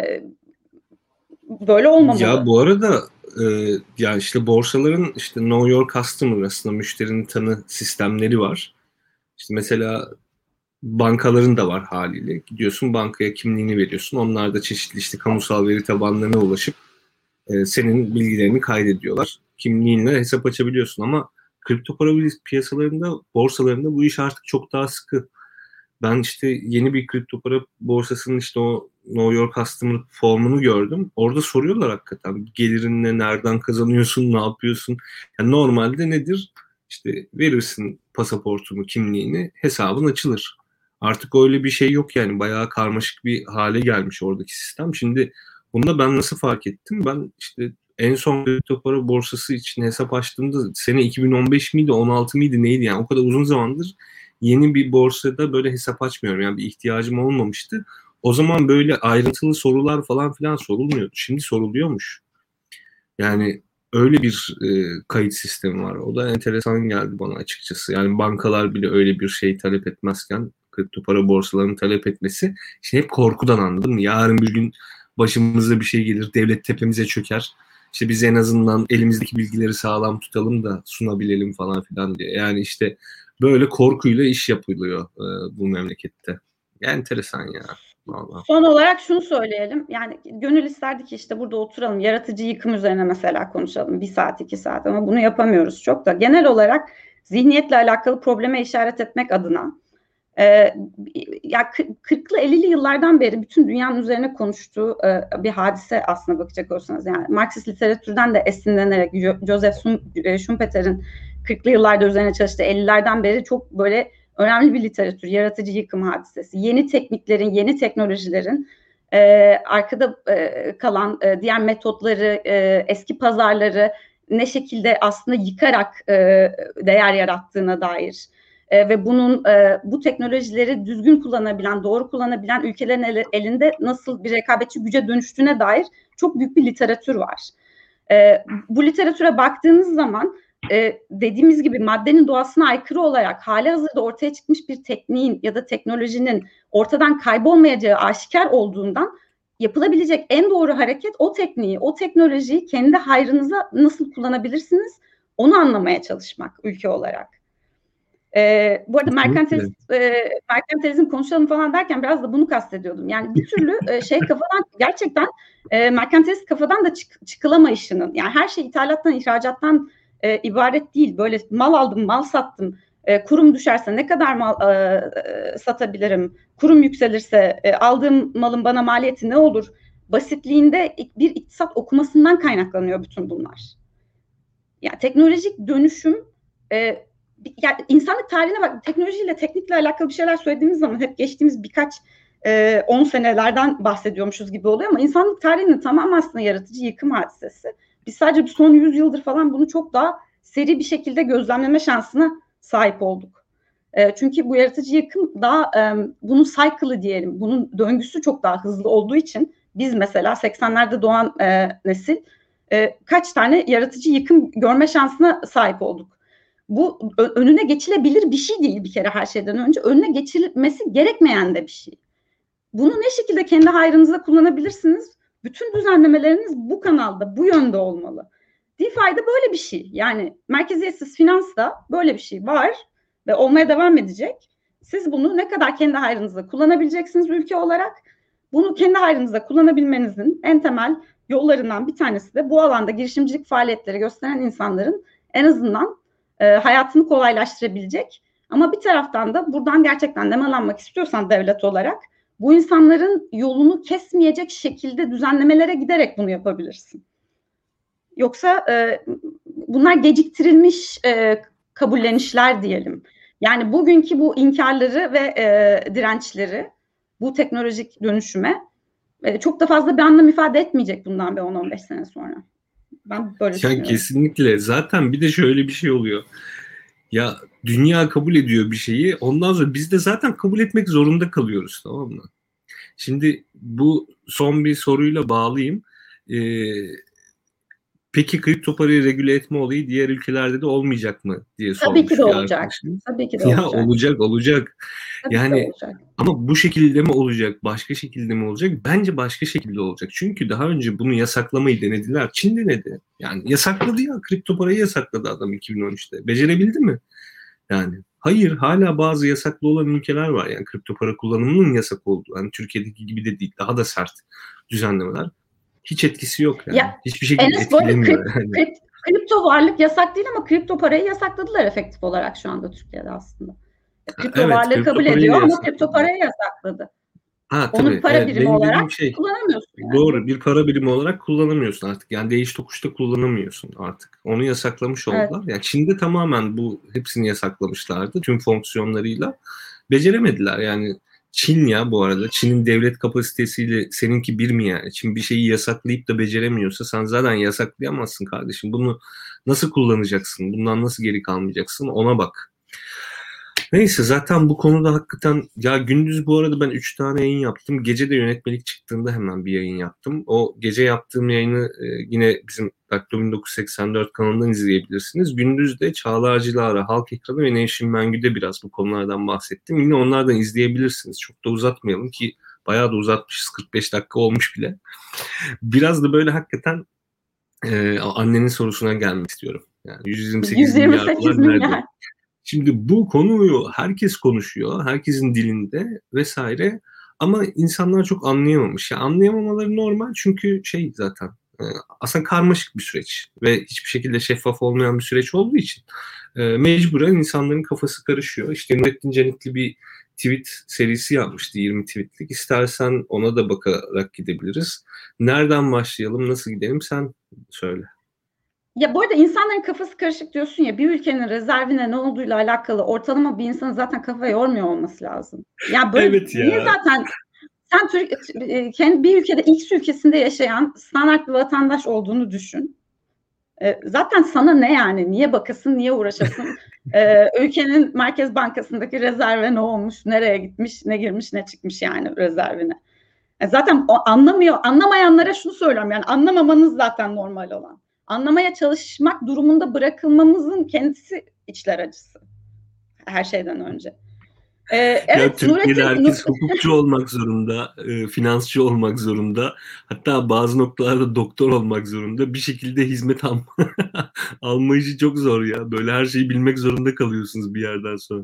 böyle olmamalı. Ya bu arada e, ya işte borsaların işte Know Your Customer aslında müşterini tanı sistemleri var. İşte mesela bankaların da var haliyle. Gidiyorsun bankaya kimliğini veriyorsun. Onlar da çeşitli işte kamusal veri tabanlarına ulaşıp e, senin bilgilerini kaydediyorlar. Kimliğinle hesap açabiliyorsun ama kripto para piyasalarında, borsalarında bu iş artık çok daha sıkı. Ben işte yeni bir kripto para borsasının işte o Know Your Customer formunu gördüm. Orada soruyorlar hakikaten gelirin ne, nereden kazanıyorsun, ne yapıyorsun? Yani normalde nedir? İşte verirsin pasaportunu, kimliğini, hesabın açılır. Artık öyle bir şey yok yani. Bayağı karmaşık bir hale gelmiş oradaki sistem. Şimdi bunu da ben nasıl fark ettim? Ben işte en son kripto para borsası için hesap açtığımda sene iki bin on beş miydi, on altı mıydı neydi yani, o kadar uzun zamandır yeni bir borsada böyle hesap açmıyorum. Yani bir ihtiyacım olmamıştı. O zaman böyle ayrıntılı sorular falan filan sorulmuyordu. Şimdi soruluyormuş. Yani öyle bir e, kayıt sistemi var. O da enteresan geldi bana açıkçası. Yani bankalar bile öyle bir şey talep etmezken kripto para borsalarının talep etmesi, işte hep korkudan, anladın mı? Yarın bir gün başımıza bir şey gelir, devlet tepemize çöker. İşte biz en azından elimizdeki bilgileri sağlam tutalım da sunabilelim falan filan diye. Yani işte böyle korkuyla iş yapılıyor e, bu memlekette. Yani enteresan ya. Vallahi. Son olarak şunu söyleyelim. Yani gönül isterdi ki işte burada oturalım, yaratıcı yıkım üzerine mesela konuşalım. Bir saat, iki saat, ama bunu yapamıyoruz çok da. Genel olarak zihniyetle alakalı probleme işaret etmek adına e, ya kırklı ellili yıllardan beri bütün dünyanın üzerine konuştuğu e, bir hadise aslına bakacak olursanız. Yani Marksist literatürden de esinlenerek Joseph Schumpeter'in kırklı yıllarda üzerine çalıştığı ellilerden beri çok böyle önemli bir literatür, yaratıcı yıkım hadisesi. Yeni tekniklerin, yeni teknolojilerin e, arkada e, kalan e, diğer metotları, e, eski pazarları ne şekilde aslında yıkarak e, değer yarattığına dair e, ve bunun e, bu teknolojileri düzgün kullanabilen, doğru kullanabilen ülkelerin el, elinde nasıl bir rekabetçi güce dönüştüğüne dair çok büyük bir literatür var. E, bu literatüre baktığınız zaman Ee, dediğimiz gibi maddenin doğasına aykırı olarak hali hazırda ortaya çıkmış bir tekniğin ya da teknolojinin ortadan kaybolmayacağı aşikar olduğundan yapılabilecek en doğru hareket o tekniği, o teknolojiyi kendi hayrınıza nasıl kullanabilirsiniz onu anlamaya çalışmak ülke olarak. Ee, bu arada merkantilizm, e, merkantilizm konuşalım falan derken biraz da bunu kastediyordum. Yani bir türlü e, şey kafadan gerçekten e, merkantilist kafadan da çık, çıkılamayışının, yani her şey ithalattan, ihracattan E, ibaret değil. Böyle mal aldım, mal sattım. E, kurum düşerse ne kadar mal e, e, satabilirim? Kurum yükselirse e, aldığım malın bana maliyeti ne olur? Basitliğinde bir iktisat okumasından kaynaklanıyor bütün bunlar. Yani teknolojik dönüşüm, e, yani insanlık tarihine bak, teknolojiyle, teknikle alakalı bir şeyler söylediğimiz zaman hep geçtiğimiz birkaç e, on senelerden bahsediyormuşuz gibi oluyor ama insanlık tarihinin tamamı aslında yaratıcı yıkım hadisesi. Biz sadece son yüz yıldır falan bunu çok daha seri bir şekilde gözlemleme şansına sahip olduk. E, çünkü bu yaratıcı yıkım daha e, bunun cycle'ı diyelim, bunun döngüsü çok daha hızlı olduğu için biz mesela seksenlerde doğan e, nesil e, kaç tane yaratıcı yıkım görme şansına sahip olduk. Bu önüne geçilebilir bir şey değil bir kere, her şeyden önce. Önüne geçilmesi gerekmeyen de bir şey. Bunu ne şekilde kendi hayrınıza kullanabilirsiniz? Bütün düzenlemeleriniz bu kanalda, bu yönde olmalı. DeFi'de böyle bir şey. Yani merkeziyetsiz finansta böyle bir şey var ve olmaya devam edecek. Siz bunu ne kadar kendi hayrınıza kullanabileceksiniz ülke olarak? Bunu kendi hayrınıza kullanabilmenizin en temel yollarından bir tanesi de bu alanda girişimcilik faaliyetleri gösteren insanların en azından e, hayatını kolaylaştırabilecek. Ama bir taraftan da buradan gerçekten nemalanmak istiyorsan devlet olarak bu insanların yolunu kesmeyecek şekilde düzenlemelere giderek bunu yapabilirsin. Yoksa e, bunlar geciktirilmiş e, kabullenişler diyelim. Yani bugünkü bu inkarları ve e, dirençleri bu teknolojik dönüşüme e, çok da fazla bir anlam ifade etmeyecek bundan bir on on beş sene sonra. Ben böyle düşünüyorum. Yani kesinlikle. Zaten bir de şöyle bir şey oluyor. Ya dünya kabul ediyor bir şeyi. Ondan sonra biz de zaten kabul etmek zorunda kalıyoruz, tamam mı? Şimdi bu son bir soruyla bağlayayım. Ee, peki kripto parayı regüle etme olayı diğer ülkelerde de olmayacak mı diye sormuş. Tabii ki de olacak. Tabii ki de ya olacak. olacak olacak. Tabii yani olacak. Ama bu şekilde mi olacak? Başka şekilde mi olacak? Bence başka şekilde olacak. Çünkü daha önce bunu yasaklamayı denediler. Çin denedi. Yani yasakladı ya. Kripto parayı yasakladı adam iki bin on üçte. Becerebildi mi? Yani hayır, hala bazı yasaklı olan ülkeler var. Yani kripto para kullanımının yasak olduğu. Yani Türkiye'deki gibi de değil. Daha da sert düzenlemeler. Hiç etkisi yok yani. Ya, hiçbir şekilde etkilemiyor. Krip, yani. krip, kripto varlık yasak değil ama kripto parayı yasakladılar efektif olarak şu anda Türkiye'de aslında. Kripto evet, varlığı kripto kabul ediyor ama kripto parayı yasakladı. Ha, Onu tabii. para evet, birimi olarak şey, kullanamıyorsun. Yani. Doğru, bir para birimi olarak kullanamıyorsun artık. Yani değiş tokuşta kullanamıyorsun artık. Onu yasaklamış oldular. Evet. Yani Çin'de tamamen bu hepsini yasaklamışlardı tüm fonksiyonlarıyla. Beceremediler yani. Çin ya bu arada. Çin'in devlet kapasitesiyle seninki bir mi yani? Çin bir şeyi yasaklayıp da beceremiyorsa sen zaten yasaklayamazsın kardeşim. Bunu nasıl kullanacaksın? Bundan nasıl geri kalmayacaksın? Ona bak. Neyse zaten bu konuda hakikaten ya gündüz bu arada ben üç tane yayın yaptım. Gece de yönetmelik çıktığında hemen bir yayın yaptım. O gece yaptığım yayını e, yine bizim Daktilo bin dokuz yüz seksen dört kanalından izleyebilirsiniz. Gündüz de Çağla Acılara, Halk Ekranı ve Nevşin Mengü'de biraz bu konulardan bahsettim. Yine onlardan izleyebilirsiniz. Çok da uzatmayalım ki bayağı da uzatmışız. kırk beş dakika olmuş bile. Biraz da böyle hakikaten e, annenin sorusuna gelmek istiyorum. Yani yüz yirmi sekiz milyar dolar nerede? Şimdi bu konuyu herkes konuşuyor, herkesin dilinde vesaire ama insanlar çok anlayamamış. Yani anlayamamaları normal çünkü şey zaten aslında karmaşık bir süreç ve hiçbir şekilde şeffaf olmayan bir süreç olduğu için mecburen insanların kafası karışıyor. İşte Nurettin Canikli bir tweet serisi yapmıştı, yirmi tweetlik. İstersen ona da bakarak gidebiliriz. Nereden başlayalım, nasıl gidelim sen söyle. Ya bu arada insanların kafası karışık diyorsun ya, bir ülkenin rezervine ne olduğuyla alakalı ortalama bir insanın zaten kafa yormuyor olması lazım. Ya böyle evet ya. niye zaten sen Türk, kendi bir ülkede X ülkesinde yaşayan standart bir vatandaş olduğunu düşün. Zaten sana ne yani? Niye bakasın, niye uğraşasın? ee, ülkenin Merkez Bankası'ndaki rezerve ne olmuş, nereye gitmiş, ne girmiş, ne çıkmış yani rezervine. Zaten o anlamıyor, anlamayanlara şunu söylüyorum yani anlamamanız zaten normal olan. Anlamaya çalışmak durumunda bırakılmamızın kendisi içler acısı. Her şeyden önce. Ee, evet, ya Türkiye'de Nurettin, herkes Nur... hukukçu olmak zorunda, e, finansçı olmak zorunda. Hatta bazı noktalarda doktor olmak zorunda. Bir şekilde hizmet alma, alma işi çok zor ya. Böyle her şeyi bilmek zorunda kalıyorsunuz bir yerden sonra.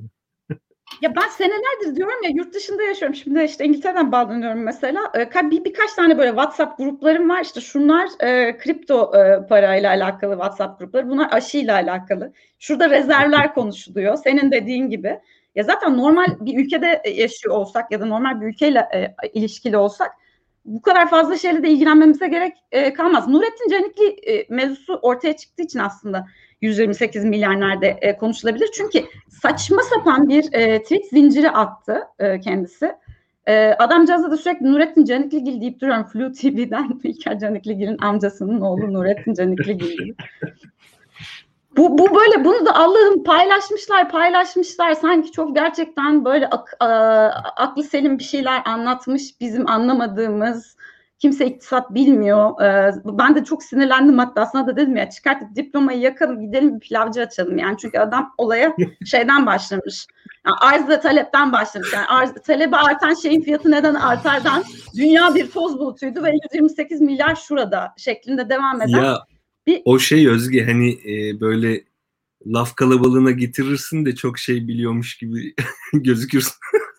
Ya ben senelerdir diyorum ya yurt dışında yaşıyorum. Şimdi işte İngiltere'den bağlanıyorum mesela. Bir, birkaç tane böyle WhatsApp gruplarım var. İşte şunlar e, kripto e, parayla alakalı WhatsApp grupları. Bunlar aşıyla alakalı. Şurada rezervler konuşuluyor. Senin dediğin gibi. Ya zaten normal bir ülkede yaşıyor olsak ya da normal bir ülkeyle e, ilişkili olsak bu kadar fazla şeyle de ilgilenmemize gerek e, kalmaz. Nurettin Canikli e, mevzusu ortaya çıktığı için aslında yüz yirmi sekiz milyar nerede e, konuşulabilir. Çünkü saçma sapan bir e, tweet zinciri attı e, kendisi. E, adamcağıza da sürekli Nurettin Canikligil deyip duruyorum. Flu T V'den İlker Canikligil'in amcasının oğlu Nurettin Canikligil gibi. Bu, bu böyle bunu da Allah'ım paylaşmışlar paylaşmışlar sanki çok gerçekten böyle ak, a, aklı selim bir şeyler anlatmış bizim anlamadığımız, kimse iktisat bilmiyor. Ee, ben de çok sinirlendim hatta sana da dedim ya çıkartıp diplomayı yakalım gidelim bir pilavcı açalım yani çünkü adam olaya şeyden başlamış. Yani arz ve talepten başlamış. Yani arz, talebi artan şeyin fiyatı neden artardan dünya bir toz bulutuydu ve yüz yirmi sekiz milyar şurada şeklinde devam eden. Ya bir... o şey Özge hani e, böyle laf kalabalığına getirirsin de çok şey biliyormuş gibi gözükürsün.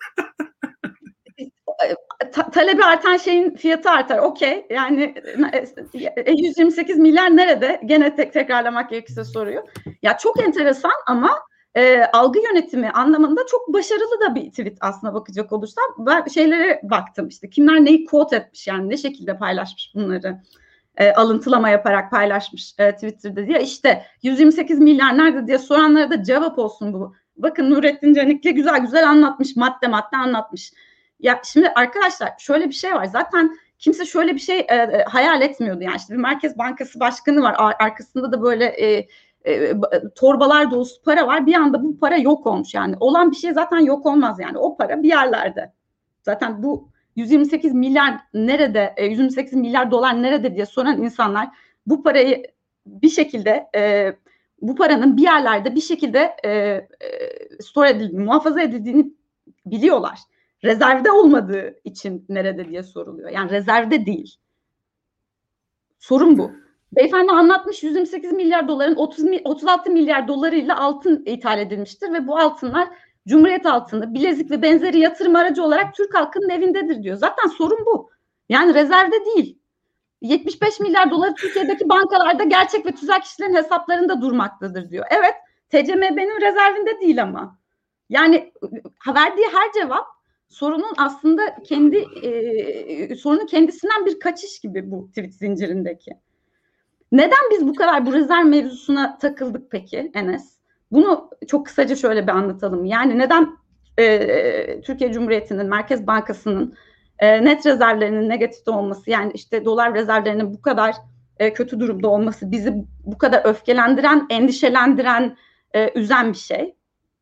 Ta- talebi artan şeyin fiyatı artar. Okey. Yani yüz yirmi sekiz milyar nerede? Gene tek tekrarlamak gerekirse soruyor. Ya çok enteresan ama e, algı yönetimi anlamında çok başarılı da bir tweet aslına bakacak olursam. Ben şeylere baktım işte kimler neyi quote etmiş yani ne şekilde paylaşmış bunları. E, alıntılama yaparak paylaşmış e, Twitter'da diye. İşte yüz yirmi sekiz milyar nerede diye soranlara da cevap olsun bu. Bakın Nurettin Canikli güzel güzel anlatmış. Madde madde anlatmış. Ya şimdi arkadaşlar şöyle bir şey var. Zaten kimse şöyle bir şey e, e, hayal etmiyordu. Yani işte bir Merkez Bankası Başkanı var. Ar- arkasında da böyle e, e, torbalar dolusu para var. Bir anda bu para yok olmuş. Yani olan bir şey zaten yok olmaz yani. O para bir yerlerde. Zaten bu yüz yirmi sekiz milyar nerede, yüz yirmi sekiz milyar dolar nerede diye soran insanlar bu parayı bir şekilde e, bu paranın bir yerlerde bir şekilde e, e, store edildiğini, muhafaza edildiğini biliyorlar. Rezervde olmadığı için nerede diye soruluyor. Yani rezervde değil. Sorun bu. Beyefendi anlatmış yüz yirmi sekiz milyar doların otuz, otuz altı milyar dolarıyla altın ithal edilmiştir ve bu altınlar Cumhuriyet altını, bilezik ve benzeri yatırım aracı olarak Türk halkının evindedir diyor. Zaten sorun bu. Yani rezervde değil. yetmiş beş milyar doları Türkiye'deki bankalarda gerçek ve tüzel kişilerin hesaplarında durmaktadır diyor. Evet, T C M B'nin rezervinde değil ama. Yani verdiği her cevap sorunun aslında kendi e, sorunun kendisinden bir kaçış gibi bu tweet zincirindeki. Neden biz bu kadar bu rezerv mevzusuna takıldık peki Enes? Bunu çok kısaca şöyle bir anlatalım. Yani neden e, Türkiye Cumhuriyeti'nin Merkez Bankası'nın e, net rezervlerinin negatif olması, yani işte dolar rezervlerinin bu kadar e, kötü durumda olması bizi bu kadar öfkelendiren, endişelendiren, e, üzen bir şey.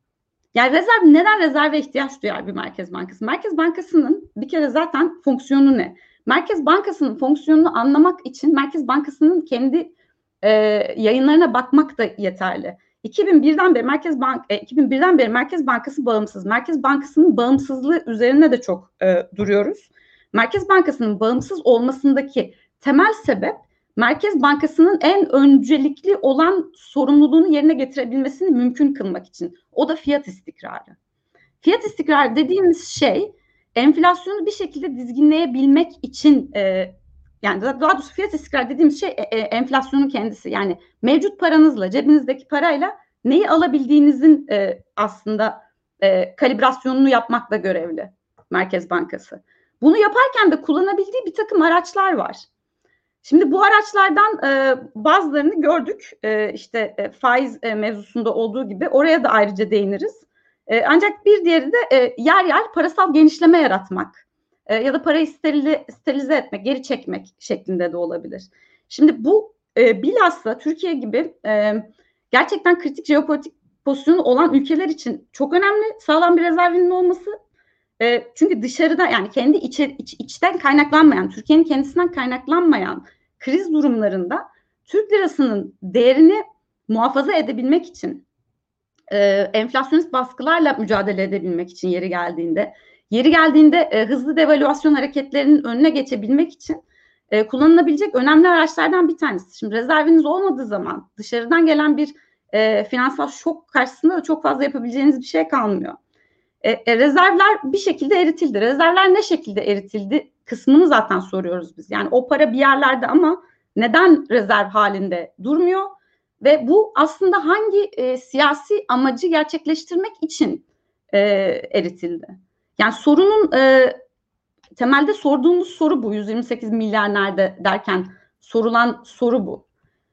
Yani rezerv, neden rezerve ihtiyaç duyar bir Merkez Bankası? Merkez Bankası'nın bir kere zaten fonksiyonu ne? Merkez Bankası'nın fonksiyonunu anlamak için Merkez Bankası'nın kendi e, yayınlarına bakmak da yeterli. iki bin birden beri Merkez Bank e, iki bin birden beri Merkez Bankası bağımsız. Merkez Bankası'nın bağımsızlığı üzerine de çok e, duruyoruz. Merkez Bankası'nın bağımsız olmasındaki temel sebep, Merkez Bankası'nın en öncelikli olan sorumluluğunu yerine getirebilmesini mümkün kılmak için. O da fiyat istikrarı. Fiyat istikrarı dediğimiz şey, enflasyonu bir şekilde dizginleyebilmek için, e, yani daha doğrusu fiyat istikrarı dediğimiz şey e, enflasyonun kendisi. Yani mevcut paranızla, cebinizdeki parayla neyi alabildiğinizin e, aslında e, kalibrasyonunu yapmakla görevli Merkez Bankası. Bunu yaparken de kullanabildiği bir takım araçlar var. Şimdi bu araçlardan e, bazılarını gördük. E, işte e, faiz e, mevzusunda olduğu gibi oraya da ayrıca değiniriz. E, ancak bir diğeri de e, yer yer parasal genişleme yaratmak e, ya da parayı sterili, sterilize etmek, geri çekmek şeklinde de olabilir. Şimdi bu e, bilhassa Türkiye gibi e, gerçekten kritik jeopolitik pozisyonu olan ülkeler için çok önemli, sağlam bir rezervinin olması. E, çünkü dışarıda, yani kendi içi, iç, içten kaynaklanmayan, Türkiye'nin kendisinden kaynaklanmayan kriz durumlarında Türk lirasının değerini muhafaza edebilmek için, e, enflasyonist baskılarla mücadele edebilmek için yeri geldiğinde, yeri geldiğinde e, hızlı devalüasyon hareketlerinin önüne geçebilmek için e, kullanılabilecek önemli araçlardan bir tanesi. Şimdi rezerviniz olmadığı zaman dışarıdan gelen bir e, finansal şok karşısında da çok fazla yapabileceğiniz bir şey kalmıyor. E, e, rezervler bir şekilde eritildi. Rezervler ne şekilde eritildi kısmını zaten soruyoruz biz. Yani o para bir yerlerde ama neden rezerv halinde durmuyor? Ve bu aslında hangi e, siyasi amacı gerçekleştirmek için e, eritildi? Yani sorunun e, temelde sorduğumuz soru bu. yüz yirmi sekiz milyar nerede derken sorulan soru bu.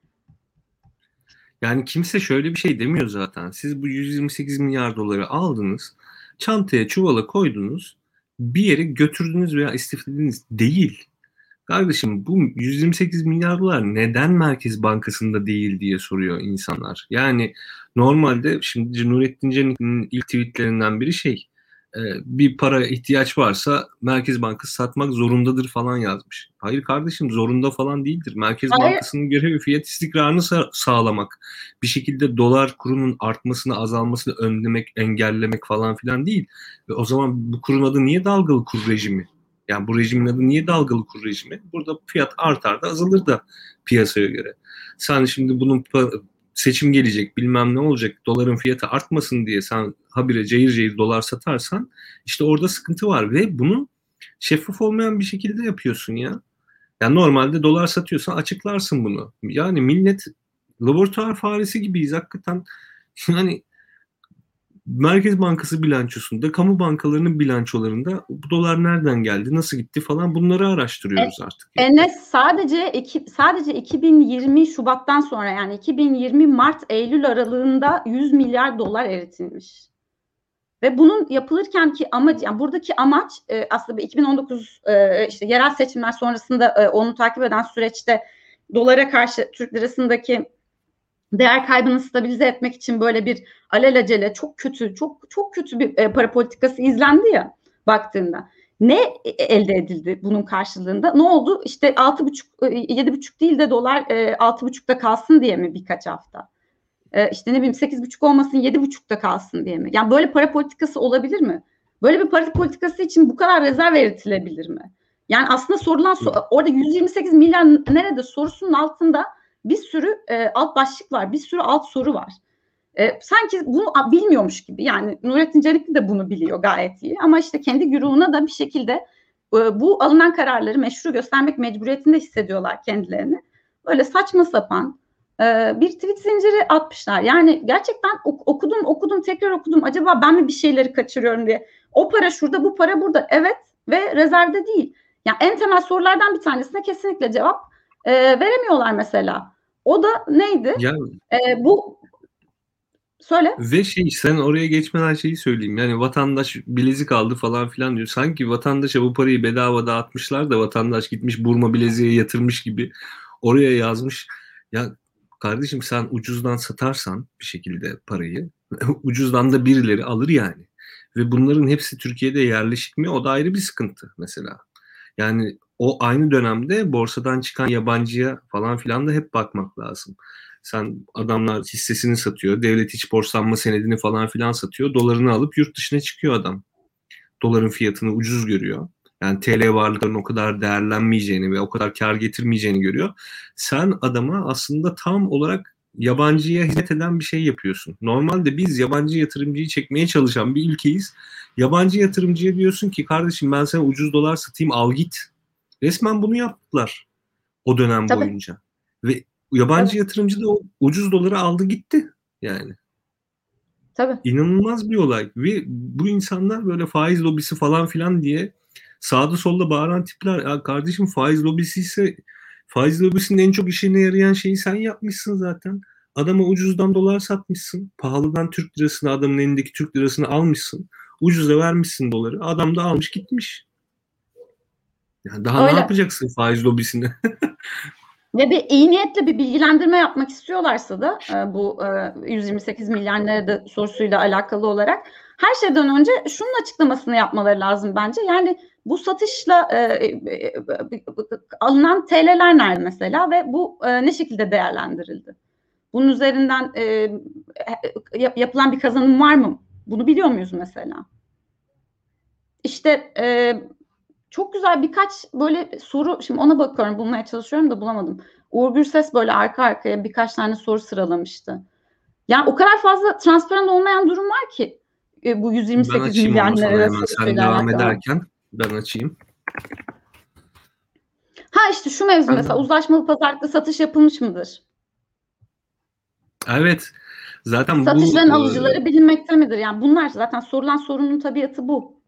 Yani kimse şöyle bir şey demiyor zaten. Siz bu yüz yirmi sekiz milyar doları aldınız, çantaya, çuvala koydunuz, bir yere götürdünüz veya istiflediniz değil. Kardeşim, bu yüz yirmi sekiz milyar dolar neden Merkez Bankası'nda değil diye soruyor insanlar. Yani normalde şimdi Nurettin Canikli'nin ilk tweetlerinden biri şey, bir para ihtiyaç varsa Merkez Bankası satmak zorundadır falan yazmış. Hayır kardeşim, zorunda falan değildir. Merkez Hayır. Bankası'nın görevi fiyat istikrarını sa- sağlamak. Bir şekilde dolar kurunun artmasını, azalmasını önlemek, engellemek falan filan değil. Ve o zaman bu kurun adı niye dalgalı kur rejimi? Yani bu rejimin adı niye dalgalı kur rejimi? Burada fiyat artar da azalır da piyasaya göre. Sen şimdi bunun seçim gelecek, bilmem ne olacak, doların fiyatı artmasın diye sen habire cayır cayır dolar satarsan işte orada sıkıntı var ve bunu şeffaf olmayan bir şekilde yapıyorsun ya. Yani normalde dolar satıyorsan açıklarsın bunu. Yani millet laboratuvar faresi gibiyiz hakikaten. Yani Merkez Bankası bilançosunda, kamu bankalarının bilançolarında bu dolar nereden geldi, nasıl gitti falan, bunları araştırıyoruz e, artık. Yani. Enes, sadece iki, sadece iki bin yirmi Şubat'tan sonra, yani iki bin yirmi Mart Eylül aralığında yüz milyar dolar eritilmiş. Ve bunun yapılırken ki amaç, yani buradaki amaç e, aslında iki bin on dokuz e, işte yerel seçimler sonrasında e, onu takip eden süreçte dolara karşı Türk lirasındaki değer kaybını stabilize etmek için böyle bir alelacele çok kötü, çok çok kötü bir e, para politikası izlendi ya baktığında. Ne elde edildi bunun karşılığında? Ne oldu? İşte altı buçuk, yedi buçuk değil de dolar e, altı buçukta kalsın diye mi birkaç hafta? E, işte ne bileyim sekiz buçuk olmasın, yedi buçukta kalsın diye mi? Yani böyle para politikası olabilir mi? Böyle bir para politikası için bu kadar rezerv eritilebilir mi? Yani aslında sorulan so- orada yüz yirmi sekiz milyar nerede sorusunun altında bir sürü e, alt başlık var, bir sürü alt soru var. E, sanki bunu bilmiyormuş gibi. Yani Nurettin Canikli de bunu biliyor gayet iyi. Ama işte kendi güruhuna da bir şekilde e, bu alınan kararları meşru göstermek mecburiyetinde hissediyorlar kendilerini. Böyle saçma sapan e, bir tweet zinciri atmışlar. Yani gerçekten okudum okudum tekrar okudum. Acaba ben mi bir şeyleri kaçırıyorum diye. O para şurada, bu para burada. Evet ve rezervde değil. Yani en temel sorulardan bir tanesine kesinlikle cevap e, veremiyorlar mesela. O da neydi? Ya, e, bu Söyle. Ve şey, sen oraya geçmeden şeyi söyleyeyim. Yani vatandaş bilezik aldı falan filan diyor. Sanki vatandaşa bu parayı bedava dağıtmışlar da vatandaş gitmiş burma bileziğe yatırmış gibi oraya yazmış. Ya kardeşim, sen ucuzdan satarsan bir şekilde parayı ucuzdan da birileri alır yani. Ve bunların hepsi Türkiye'de yerleşik mi? O da ayrı bir sıkıntı mesela. Yani o aynı dönemde borsadan çıkan yabancıya falan filan da hep bakmak lazım. Sen, adamlar hissesini satıyor. Devlet iç borçlanma senedini falan filan satıyor. Dolarını alıp yurt dışına çıkıyor adam. Doların fiyatını ucuz görüyor. Yani T L varlıkların o kadar değerlenmeyeceğini ve o kadar kar getirmeyeceğini görüyor. Sen adama aslında tam olarak yabancıya hizmet eden bir şey yapıyorsun. Normalde biz yabancı yatırımcıyı çekmeye çalışan bir ülkeyiz. Yabancı yatırımcıya diyorsun ki kardeşim ben sana ucuz dolar satayım, al git. Resmen bunu yaptılar o dönem Tabii. boyunca. Ve yabancı Tabii. yatırımcı da o ucuz doları aldı gitti yani. Tabii. İnanılmaz bir olay. Ve bu insanlar böyle faiz lobisi falan filan diye sağda solda bağıran tipler. Ya kardeşim, faiz lobisi ise faiz lobisinin en çok işine yarayan şeyi sen yapmışsın zaten. Adama ucuzdan dolar satmışsın. Pahalıdan Türk lirasını, adamın elindeki Türk lirasını almışsın. Ucuza vermişsin doları. Adam da almış gitmiş. Yani daha Öyle. ne yapacaksın faiz lobisine? Ve bir iyi niyetle bir bilgilendirme yapmak istiyorlarsa da bu yüz yirmi sekiz milyar nerede sorusuyla alakalı olarak her şeyden önce şunun açıklamasını yapmaları lazım bence. Yani bu satışla e, e, alınan T L'ler nerede mesela ve bu e, ne şekilde değerlendirildi? Bunun üzerinden e, yapılan bir kazanım var mı? Bunu biliyor muyuz mesela? İşte e, çok güzel birkaç böyle soru, şimdi ona bakıyorum, bulmaya çalışıyorum da bulamadım. Uğur Gürses böyle arka arkaya birkaç tane soru sıralamıştı. Yani o kadar fazla transparan olmayan durum var ki e, bu yüz yirmi Ben sekiz açayım milyar onu sana lira hemen. Sen sorusuyla devam alakalı. ederken ben açayım. Ha işte şu mevzu mesela, uzlaşmalı pazarlıkta satış yapılmış mıdır? Evet. Zaten Satışların bu alıcıları bilinmekte midir? Yani bunlar zaten sorulan sorunun tabiatı bu.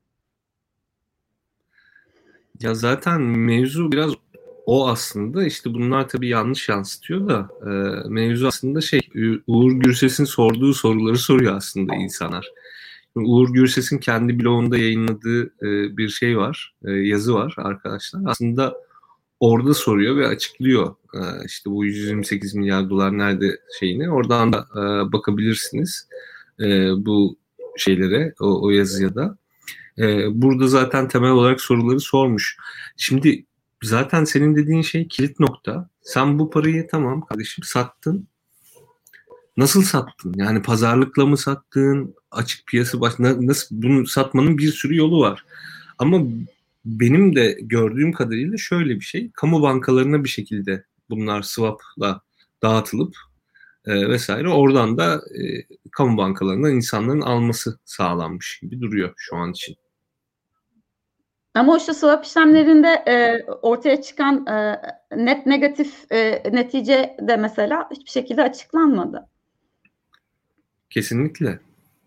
ya zaten mevzu biraz o aslında. İşte bunlar tabii yanlış yansıtıyor da e, mevzu aslında şey, Uğur Gürses'in sorduğu soruları soruyor aslında insanlar. Uğur Gürses'in kendi blogunda yayınladığı e, bir şey var, e, yazı var arkadaşlar. Aslında orada soruyor ve açıklıyor e, işte bu yüz yirmi sekiz milyar dolar nerede şeyini. Oradan da e, bakabilirsiniz e, bu şeylere, o, o yazıya da. E, burada zaten temel olarak soruları sormuş. Şimdi zaten senin dediğin şey kilit nokta. Sen bu parayı tamam kardeşim sattın. Nasıl sattın? Yani pazarlıkla mı sattın? Açık piyasa baş nasıl, bunu satmanın bir sürü yolu var. Ama benim de gördüğüm kadarıyla şöyle bir şey. Kamu bankalarına bir şekilde bunlar swap'la dağıtılıp e, vesaire, oradan da e, kamu bankalarından insanların alması sağlanmış gibi duruyor şu an için. Ama o işte swap işlemlerinde e, ortaya çıkan e, net negatif e, netice de mesela hiçbir şekilde açıklanmadı. Kesinlikle.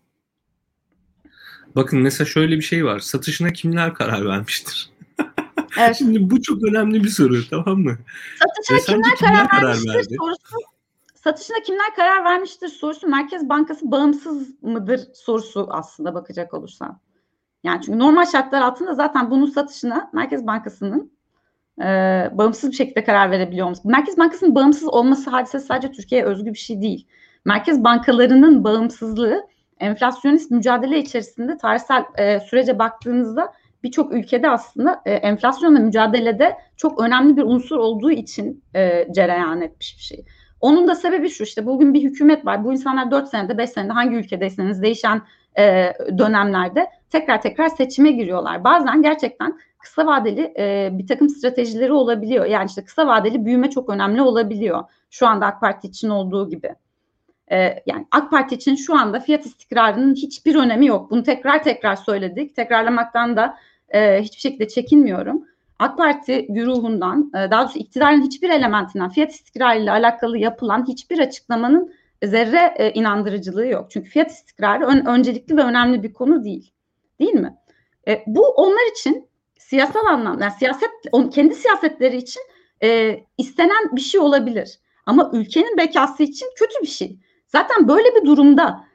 Bakın mesela şöyle bir şey var. Satışına kimler karar vermiştir? Evet. Şimdi bu çok önemli bir soru, tamam mı? Satışına kimler, kimler karar vermiştir karar sorusu, satışına kimler karar vermiştir sorusu Merkez Bankası bağımsız mıdır sorusu aslında bakacak olursan. Yani çünkü normal şartlar altında zaten bunun satışına Merkez Bankası'nın e, bağımsız bir şekilde karar verebiliyor olması. Merkez Bankası'nın bağımsız olması hadisesi sadece Türkiye'ye özgü bir şey değil. Merkez bankalarının bağımsızlığı enflasyonist mücadele içerisinde tarihsel e, sürece baktığınızda birçok ülkede aslında e, enflasyonla mücadelede çok önemli bir unsur olduğu için e, cereyan etmiş bir şey. Onun da sebebi şu, işte bugün bir hükümet var. Bu insanlar dört senede beş senede hangi ülkedeyseniz değişen e, dönemlerde tekrar tekrar seçime giriyorlar. Bazen gerçekten kısa vadeli e, bir takım stratejileri olabiliyor. Yani işte kısa vadeli büyüme çok önemli olabiliyor. Şu anda AK Parti için olduğu gibi. E, yani AK Parti için şu anda fiyat istikrarının hiçbir önemi yok. Bunu tekrar tekrar söyledik. Tekrarlamaktan da e, hiçbir şekilde çekinmiyorum. AK Parti güruhundan, e, daha doğrusu iktidarın hiçbir elementinden fiyat istikrarıyla alakalı yapılan hiçbir açıklamanın zerre e, inandırıcılığı yok. Çünkü fiyat istikrarı ön, öncelikli ve önemli bir konu değil. Değil mi? E, bu onlar için siyasal anlamda, yani siyaset, on, kendi siyasetleri için e, istenen bir şey olabilir. Ama ülkenin bekası için kötü bir şey. Zaten böyle bir durumda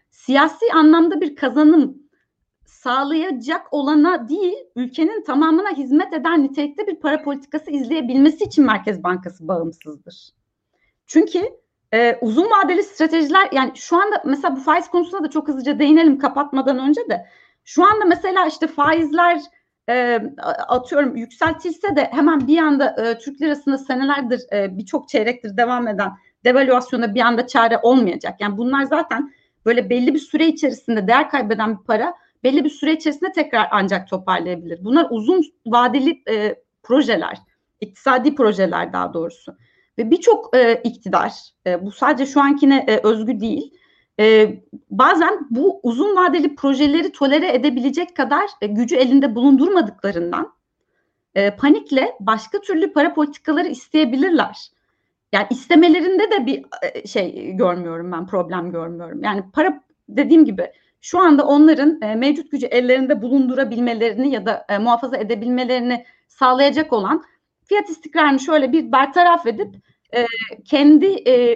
siyasi anlamda bir kazanım sağlayacak olana değil, ülkenin tamamına hizmet eden nitelikte bir para politikası izleyebilmesi için Merkez Bankası bağımsızdır. Çünkü e, uzun vadeli stratejiler, yani şu anda mesela bu faiz konusuna da çok hızlıca değinelim kapatmadan önce de. Şu anda mesela işte faizler e, atıyorum yükseltilse de hemen bir anda e, Türk lirasında senelerdir e, birçok çeyrektir devam eden devalüasyona bir anda çare olmayacak. Yani bunlar zaten böyle belli bir süre içerisinde değer kaybeden bir para belli bir süre içerisinde tekrar ancak toparlayabilir. Bunlar uzun vadeli e, projeler, iktisadi projeler daha doğrusu. Ve birçok e, iktidar, e, bu sadece şu ankine e, özgü değil, e, bazen bu uzun vadeli projeleri tolere edebilecek kadar e, gücü elinde bulundurmadıklarından e, panikle başka türlü para politikaları isteyebilirler. Yani istemelerinde de bir e, şey görmüyorum ben, problem görmüyorum. Yani para, dediğim gibi, şu anda onların e, mevcut gücü ellerinde bulundurabilmelerini ya da e, muhafaza edebilmelerini sağlayacak olan fiyat istikrarını şöyle bir bertaraf edip e, kendi e,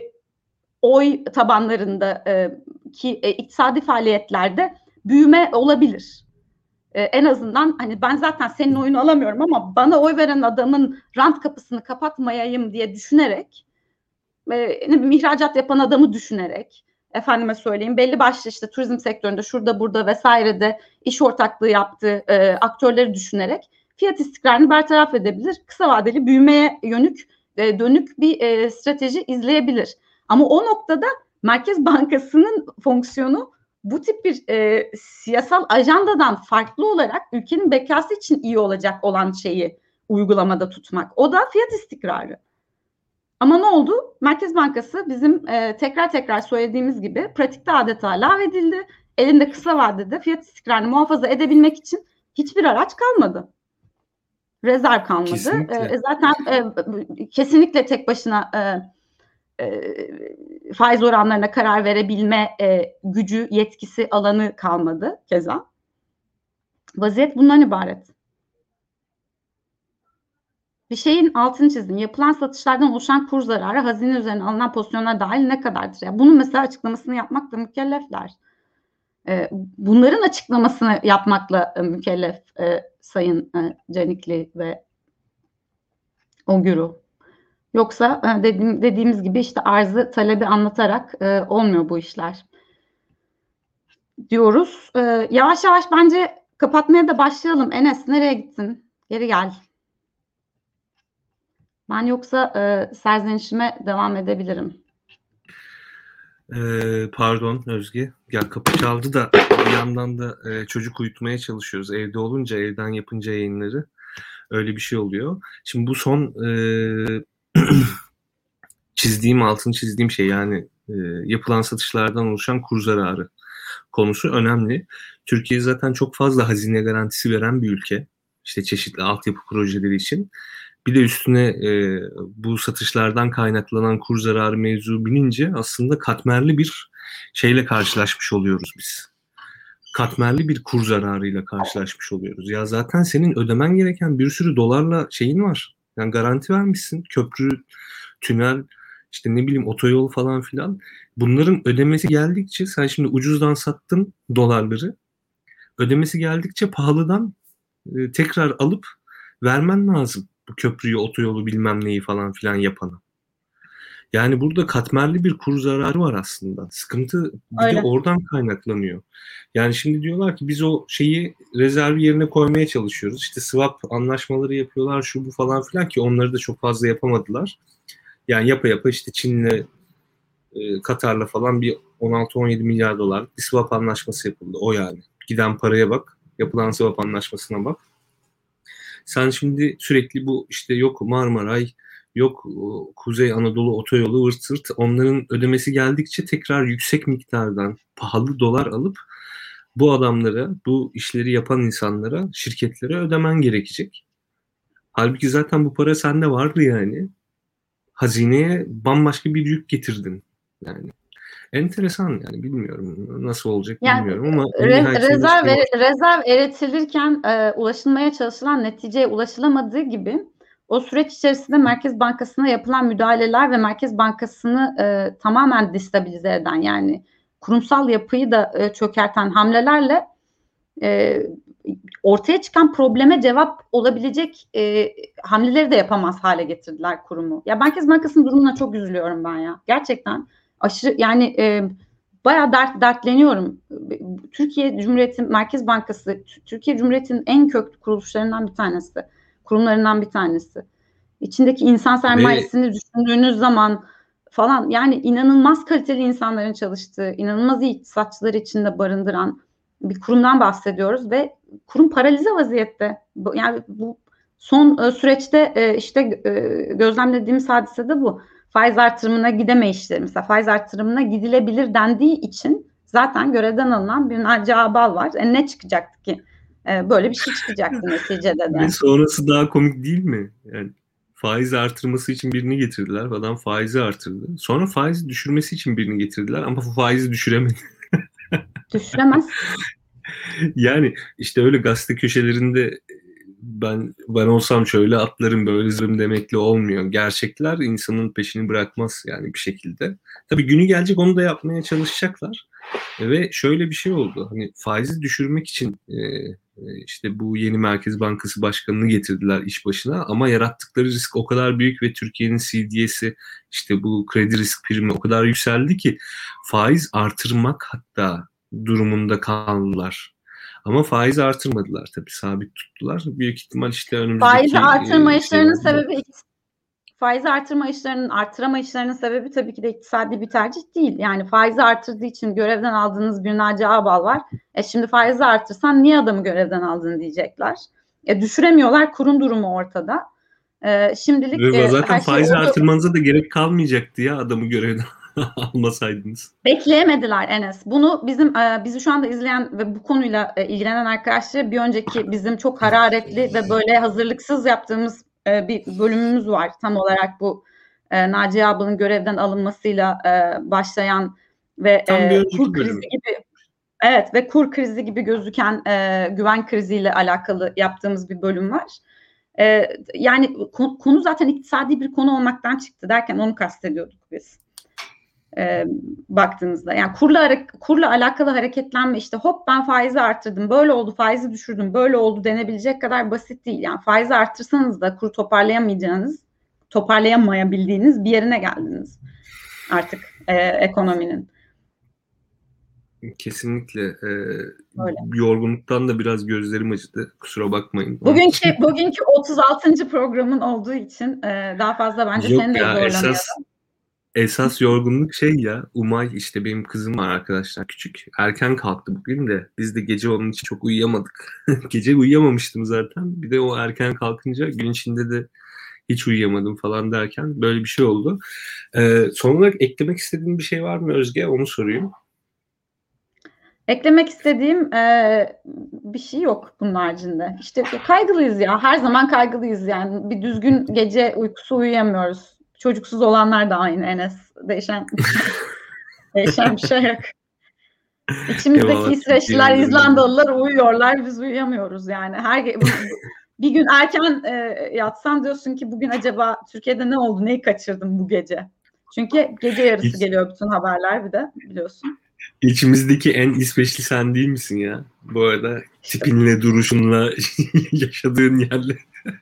oy tabanlarında e, ki e, iktisadi faaliyetlerde büyüme olabilir. E, en azından hani ben zaten senin oyunu alamıyorum ama bana oy veren adamın rant kapısını kapatmayayım diye düşünerek, e, ihracat yapan adamı düşünerek, efendime söyleyeyim belli başlı işte turizm sektöründe şurada burada vesairede iş ortaklığı yaptığı e, aktörleri düşünerek fiyat istikrarını bertaraf edebilir. Kısa vadeli büyümeye yönük e, dönük bir e, strateji izleyebilir. Ama o noktada Merkez Bankası'nın fonksiyonu bu tip bir e, siyasal ajandadan farklı olarak ülkenin bekası için iyi olacak olan şeyi uygulamada tutmak. O da fiyat istikrarı. Ama ne oldu? Merkez Bankası bizim e, tekrar tekrar söylediğimiz gibi pratikte adeta lağvedildi. Elinde kısa vadede fiyat istikrarını muhafaza edebilmek için hiçbir araç kalmadı. Rezerv kalmadı. Kesinlikle. E, zaten e, kesinlikle tek başına e, e, faiz oranlarına karar verebilme e, gücü, yetkisi, alanı kalmadı keza. Vaziyet bundan ibaret. Bir şeyin altını çizdim. Yapılan satışlardan oluşan kur zararı hazine üzerine alınan pozisyonlar dahil ne kadardır? Yani bunun mesela açıklamasını yapmakla mükellefler. Ee, bunların açıklamasını yapmakla e, mükellef e, Sayın e, Canikli ve Oguru. Yoksa e, dediğim, dediğimiz gibi işte arzı talebi anlatarak e, olmuyor bu işler diyoruz. E, yavaş yavaş bence kapatmaya da başlayalım. Enes nereye gittin? Geri gel. Ben yoksa e, serzenişime devam edebilirim. Ee, pardon Özge. Ya kapı çaldı da bir yandan da e, çocuk uyutmaya çalışıyoruz. Evde olunca, evden yapınca yayınları öyle bir şey oluyor. Şimdi bu son e, çizdiğim, altını çizdiğim şey yani e, yapılan satışlardan oluşan kur zararı konusu önemli. Türkiye zaten çok fazla hazine garantisi veren bir ülke. İşte çeşitli altyapı projeleri için. Bir de üstüne e, bu satışlardan kaynaklanan kur zararı mevzu binince aslında katmerli bir şeyle karşılaşmış oluyoruz biz. Katmerli bir kur zararıyla karşılaşmış oluyoruz. Ya zaten senin ödemen gereken bir sürü dolarla şeyin var. Yani garanti vermişsin. Köprü, tünel, işte ne bileyim otoyol falan filan. Bunların ödemesi geldikçe sen şimdi ucuzdan sattın dolarları. Ödemesi geldikçe pahalıdan e, tekrar alıp vermen lazım. Bu köprüyü, otoyolu bilmem neyi falan filan yapana. Yani burada katmerli bir kur zararı var aslında. Sıkıntı bir Öyle. de oradan kaynaklanıyor. Yani şimdi diyorlar ki biz o şeyi rezerv yerine koymaya çalışıyoruz. İşte swap anlaşmaları yapıyorlar şu bu falan filan ki onları da çok fazla yapamadılar. Yani yapa yapa işte Çin'le e, Katar'la falan bir on altı on yedi milyar dolar bir swap anlaşması yapıldı. O yani. Giden paraya bak. Yapılan swap anlaşmasına bak. Sen şimdi sürekli bu işte yok Marmaray, yok Kuzey Anadolu otoyolu vırt vırt onların ödemesi geldikçe tekrar yüksek miktardan pahalı dolar alıp bu adamlara, bu işleri yapan insanlara, şirketlere ödemen gerekecek. Halbuki zaten bu para sende vardı yani. Hazineye bambaşka bir yük getirdin yani. Enteresan yani bilmiyorum nasıl olacak yani, bilmiyorum ama re, rezerv, şey rezerv eritilirken e, ulaşılmaya çalışılan neticeye ulaşılamadığı gibi o süreç içerisinde Merkez Bankası'na yapılan müdahaleler ve Merkez Bankası'nı e, tamamen destabilize eden yani kurumsal yapıyı da e, çökerten hamlelerle e, ortaya çıkan probleme cevap olabilecek e, hamleleri de yapamaz hale getirdiler kurumu. Ya Merkez Bankası'nın durumuna çok üzülüyorum ben ya. Gerçekten aşırı yani e, bayağı dert, dertleniyorum. Türkiye Cumhuriyeti Merkez Bankası, Türkiye Cumhuriyeti'nin en köklü kuruluşlarından bir tanesi, kurumlarından bir tanesi. İçindeki insan sermayesini Ve... düşündüğünüz zaman falan yani inanılmaz kaliteli insanların çalıştığı, inanılmaz iyi iktisatçıları içinde barındıran bir kurumdan bahsediyoruz ve kurum paralize vaziyette. Yani bu son süreçte işte gözlemlediğimiz hadise de bu. Faiz artırımına gidemeyişleri, mesela faiz artırımına gidilebilir dendiği için zaten görevden alınan bir Naci Ağbal var. E ne çıkacaktı ki? E böyle bir şey çıkacaktı neticede de. Ve sonrası daha komik değil mi? Yani faiz artırması için birini getirdiler. Adam faizi artırdı. Sonra faizi düşürmesi için birini getirdiler ama faizi düşüremedi. Düşüremez. Yani işte öyle gazete köşelerinde ben ben olsam şöyle atlarım böyle zırım demekle olmuyor. Gerçekler insanın peşini bırakmaz yani bir şekilde. Tabii günü gelecek onu da yapmaya çalışacaklar. Ve şöyle bir şey oldu. Hani faizi düşürmek için e, işte bu yeni Merkez Bankası Başkanı'nı getirdiler iş başına ama yarattıkları risk o kadar büyük ve Türkiye'nin C D S'i işte bu kredi risk primi o kadar yükseldi ki faiz artırmak hatta durumunda kaldılar. Ama faiz artırmadılar tabii, sabit tuttular. Büyük ihtimal işte önümüzdeki... Faizi artırma işlerinin şey, sebebi faizi artırma işlerinin artırama işlerinin sebebi tabii ki de iktisadi bir tercih değil. Yani faizi artırdığı için görevden aldığınız bir Naci Ağbal var. E şimdi faizi artırsan niye adamı görevden aldın diyecekler. E düşüremiyorlar, kurum durumu ortada. E, şimdilik Ve zaten e, faizi şey artırmanıza da gerek kalmayacaktı ya adamı görevden almasaydınız. Bekleyemediler Enes. Bunu bizim bizi şu anda izleyen ve bu konuyla ilgilenen arkadaşlar bir önceki bizim çok hararetli ve böyle hazırlıksız yaptığımız bir bölümümüz var. Tam olarak bu Naci Ağbal'ın görevden alınmasıyla başlayan ve kur krizi gibi evet ve kur krizi gibi gözüken güven kriziyle alakalı yaptığımız bir bölüm var. Yani konu zaten iktisadi bir konu olmaktan çıktı derken onu kastediyorduk biz. E, baktığınızda yani kurla kurla alakalı hareketlenme işte hop ben faizi arttırdım böyle oldu faizi düşürdüm böyle oldu denebilecek kadar basit değil. Yani faizi arttırsanız da kuru toparlayamayacağınız toparlayamayabildiğiniz bir yerine geldiniz artık e, ekonominin. Kesinlikle. Ee, yorgunluktan da biraz gözlerim acıdı. Kusura bakmayın. Bugünkü bugünkü otuz altıncı programın olduğu için e, daha fazla bence Yok seni de zorlamayalım. Esas, esas yorgunluk şey ya, Umay işte benim kızım var arkadaşlar küçük. Erken kalktı bugün de biz de gece onun için çok uyuyamadık. Gece uyuyamamıştım zaten. Bir de o erken kalkınca gün içinde de hiç uyuyamadım falan derken böyle bir şey oldu. Ee, son olarak eklemek istediğin bir şey var mı Özge? Onu sorayım. Eklemek istediğim e, bir şey yok bunun haricinde. İşte kaygılıyız ya. Her zaman kaygılıyız yani. Bir düzgün gece uykusu uyuyamıyoruz. Çocuksuz olanlar da aynı Enes. Değişen değişen bir şey yok. İçimizdeki Eyvallah, İsveçliler, İzlandalılar uyuyorlar. Biz uyuyamıyoruz yani. Her bir gün erken e, yatsan diyorsun ki bugün acaba Türkiye'de ne oldu? Neyi kaçırdım bu gece? Çünkü gece yarısı Hiç... geliyor bütün haberler bir de biliyorsun. İçimizdeki en İsveçli sen değil misin ya? Bu arada tipinle, duruşunla, yaşadığın yerle.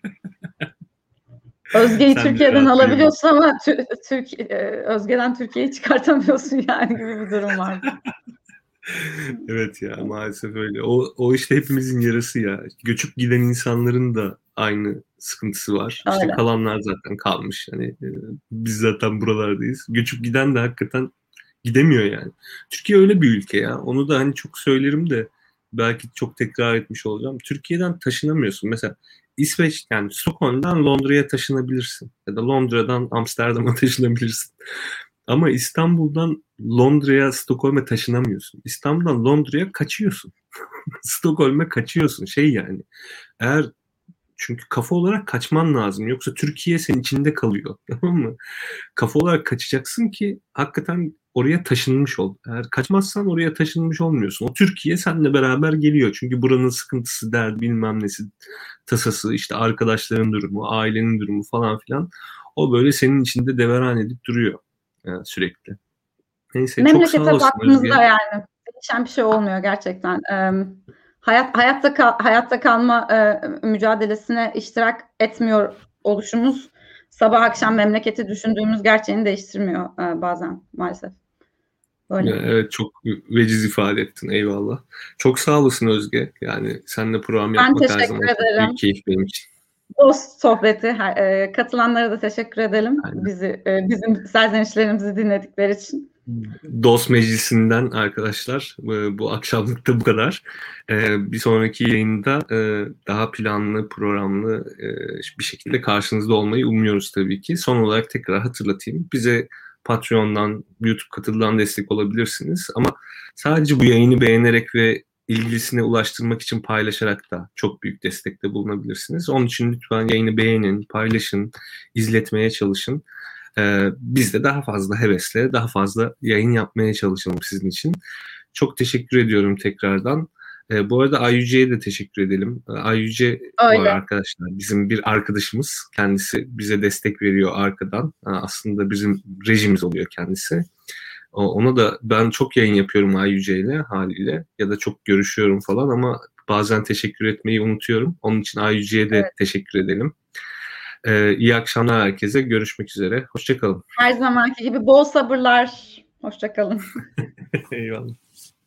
Özge'yi Türkiye'den alabiliyorsun ama Türk Özge'den Türkiye'yi çıkartamıyorsun yani gibi bir durum var. Evet ya maalesef öyle. O, o işte hepimizin yarası ya. Göçüp giden insanların da aynı sıkıntısı var. Öyle. İşte kalanlar zaten kalmış. Hani biz zaten buralardayız. Göçüp giden de hakikaten gidemiyor yani. Türkiye öyle bir ülke ya. Onu da hani çok söylerim de belki çok tekrar etmiş olacağım. Türkiye'den taşınamıyorsun. Mesela İsveç yani Stockholm'dan Londra'ya taşınabilirsin. Ya da Londra'dan Amsterdam'a taşınabilirsin. Ama İstanbul'dan Londra'ya, Stockholm'a taşınamıyorsun. İstanbul'dan Londra'ya kaçıyorsun. Stockholm'a kaçıyorsun. Şey yani. Eğer çünkü kafa olarak kaçman lazım. Yoksa Türkiye senin içinde kalıyor. Tamam mı? Kafa olarak kaçacaksın ki hakikaten oraya taşınmış ol. Eğer kaçmazsan oraya taşınmış olmuyorsun. O Türkiye seninle beraber geliyor. Çünkü buranın sıkıntısı, derdi, bilmem nesi, tasası, işte arkadaşların durumu, ailenin durumu falan filan. O böyle senin içinde deveran edip duruyor yani sürekli. Neyse, memlekete çok sağ olasın baktığımızda Özge. yani değişen bir şey olmuyor gerçekten. Ee, hayat hayatta kal, hayatta kalma e, mücadelesine iştirak etmiyor oluşumuz sabah akşam memleketi düşündüğümüz gerçeğini değiştirmiyor e, bazen maalesef. Öyle. Evet, çok veciz ifade ettin. Eyvallah. Çok sağ olasın Özge. Yani seninle program Ben yapmak her teşekkür zaman çok ederim. büyük keyif benim için. Dost sohbeti. E, katılanlara da teşekkür edelim. Yani Bizi e, bizim serzenişlerimizi dinledikleri için. Dost Meclisi'nden arkadaşlar bu, bu akşamlık da bu kadar. Ee, bir sonraki yayında e, daha planlı, programlı e, bir şekilde karşınızda olmayı umuyoruz tabii ki. Son olarak tekrar hatırlatayım. Bize Patreon'dan, YouTube katıldan destek olabilirsiniz. Ama sadece bu yayını beğenerek ve ilgilisine ulaştırmak için paylaşarak da çok büyük destekte bulunabilirsiniz. Onun için lütfen yayını beğenin, paylaşın, izletmeye çalışın. Ee, biz de daha fazla hevesle, daha fazla yayın yapmaya çalışalım sizin için. Çok teşekkür ediyorum tekrardan. Ee, bu arada Ayyüce'ye de teşekkür edelim. Ee, Ayyüce var arkadaşlar. Bizim bir arkadaşımız. Kendisi bize destek veriyor arkadan. Ee, aslında bizim rejimiz oluyor kendisi. Ona da ben çok yayın yapıyorum Ayyüce ile haliyle. Ya da çok görüşüyorum falan ama bazen teşekkür etmeyi unutuyorum. Onun için Ayyüce'ye de evet. teşekkür edelim. Ee, iyi akşamlar herkese. Görüşmek üzere. Hoşça kalın. Her zamanki gibi bol sabırlar. Hoşça kalın. Eyvallah.